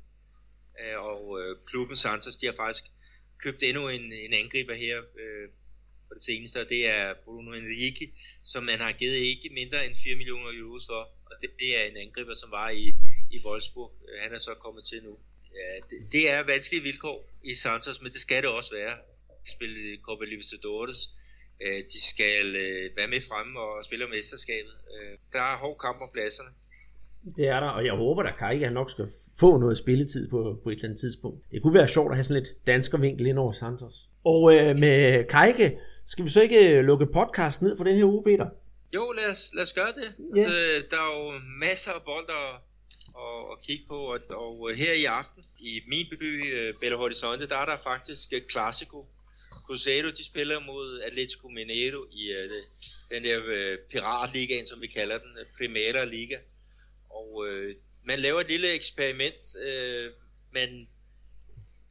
Og øh, klubben Santos, de har faktisk købt endnu en, en angriber her øh, på det seneste, og det er Bruno Henrique, som man har givet ikke mindre end fire millioner euros for, og det, det er en angriber, som var i, i Wolfsburg. Han er så kommet til nu. Ja, det, det er vanskelige vilkår i Santos, men det skal det også være. De spiller Copa Libertadores, øh, de skal øh, være med fremme og spille om mesterskabet. Øh, der er hård kamp om pladserne. Det er der, og jeg håber, at Kajke han nok skal få noget spilletid på, på et eller andet tidspunkt. Det kunne være sjovt at have sådan lidt danskervinkel ind over Santos. Og øh, med Kajke, skal vi så ikke lukke podcast ned for den her uge, Peter? Jo, lad os, lad os gøre det. Yeah. Altså, der er jo masser af bold at, at, at kigge på, og, og her i aften, i min by, Belo Horizonte, der er der faktisk Clásico. Cruzeiro, de spiller mod Atlético Mineiro i uh, den der uh, piratligaen, som vi kalder den, Primeira Liga. Og øh, man laver et lille eksperiment, øh, man,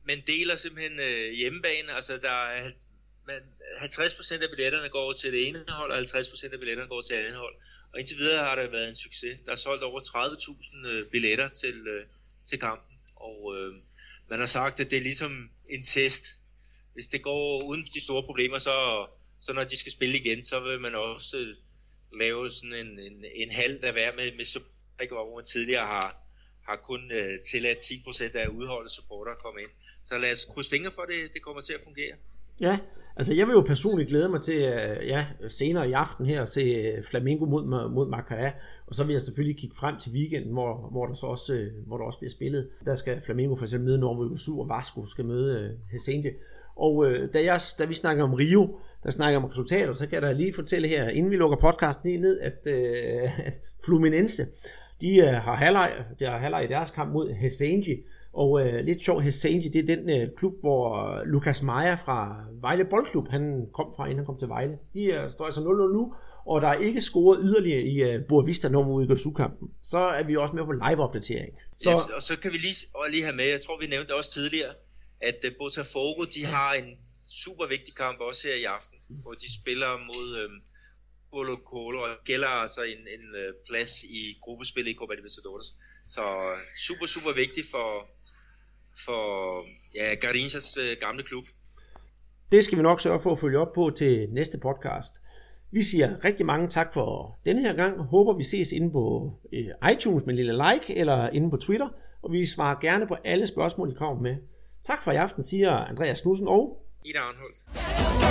man deler simpelthen øh, hjemmebane, altså der er man, halvtreds procent af billetterne går til det ene hold, og halvtreds procent af billetterne går til det andet hold. Og indtil videre har det været en succes. Der er solgt over tredive tusind øh, billetter til, øh, til kampen, og øh, man har sagt, at det er ligesom en test. Hvis det går uden de store problemer, så, så når de skal spille igen, så vil man også øh, lave sådan en, en, en halv der være med, med support, hvor man tidligere har, har kun øh, tilladt ti procent af udholdte supporter at komme ind. Så lad os krydse fingre for, det, det kommer til at fungere. Ja, altså jeg vil jo personligt glæde mig til, ja, senere i aften her at se Flamengo mod, mod Macaé, og så vil jeg selvfølgelig kigge frem til weekenden, hvor, hvor, der, så også, hvor der også bliver spillet. Der skal Flamengo for eksempel møde Nova Iguaçu, og Vasco skal møde Resende. Og øh, da, jeg, da vi snakker om Rio, der snakker om resultater, så kan jeg da lige fortælle her, inden vi lukker podcasten lige ned, at, øh, at Fluminense, de øh, har halvleg, de har halvleg i deres kamp mod Resende. Og øh, lidt sjovt, Resende, det er den øh, klub, hvor Lucas Maia fra Vejle Boldklub, han kom fra, inden han kom til Vejle. De øh, står altså nul nul nu, og der er ikke scoret yderligere i øh, Boavista Nova Iguaçu-kampen. Så er vi også med på live-opdatering. Så... Yes, og så kan vi lige, og lige have med, jeg tror vi nævnte også tidligere, at uh, Botafogo, de har en super vigtig kamp også her i aften, hvor de spiller mod øh, Colo Colo, og gælder altså en, en uh, plads i gruppespillet i Copa Libertadores. Så super, super vigtigt for, for ja, Garrinchas øh, gamle klub. Det skal vi nok sørge for at følge op på til næste podcast. Vi siger rigtig mange tak for denne her gang. Håber vi ses inde på øh, iTunes med en lille like, eller inde på Twitter. Og vi svarer gerne på alle spørgsmål, I kommer med. Tak for i aften, siger Andreas Knudsen og Ida Arnholdt.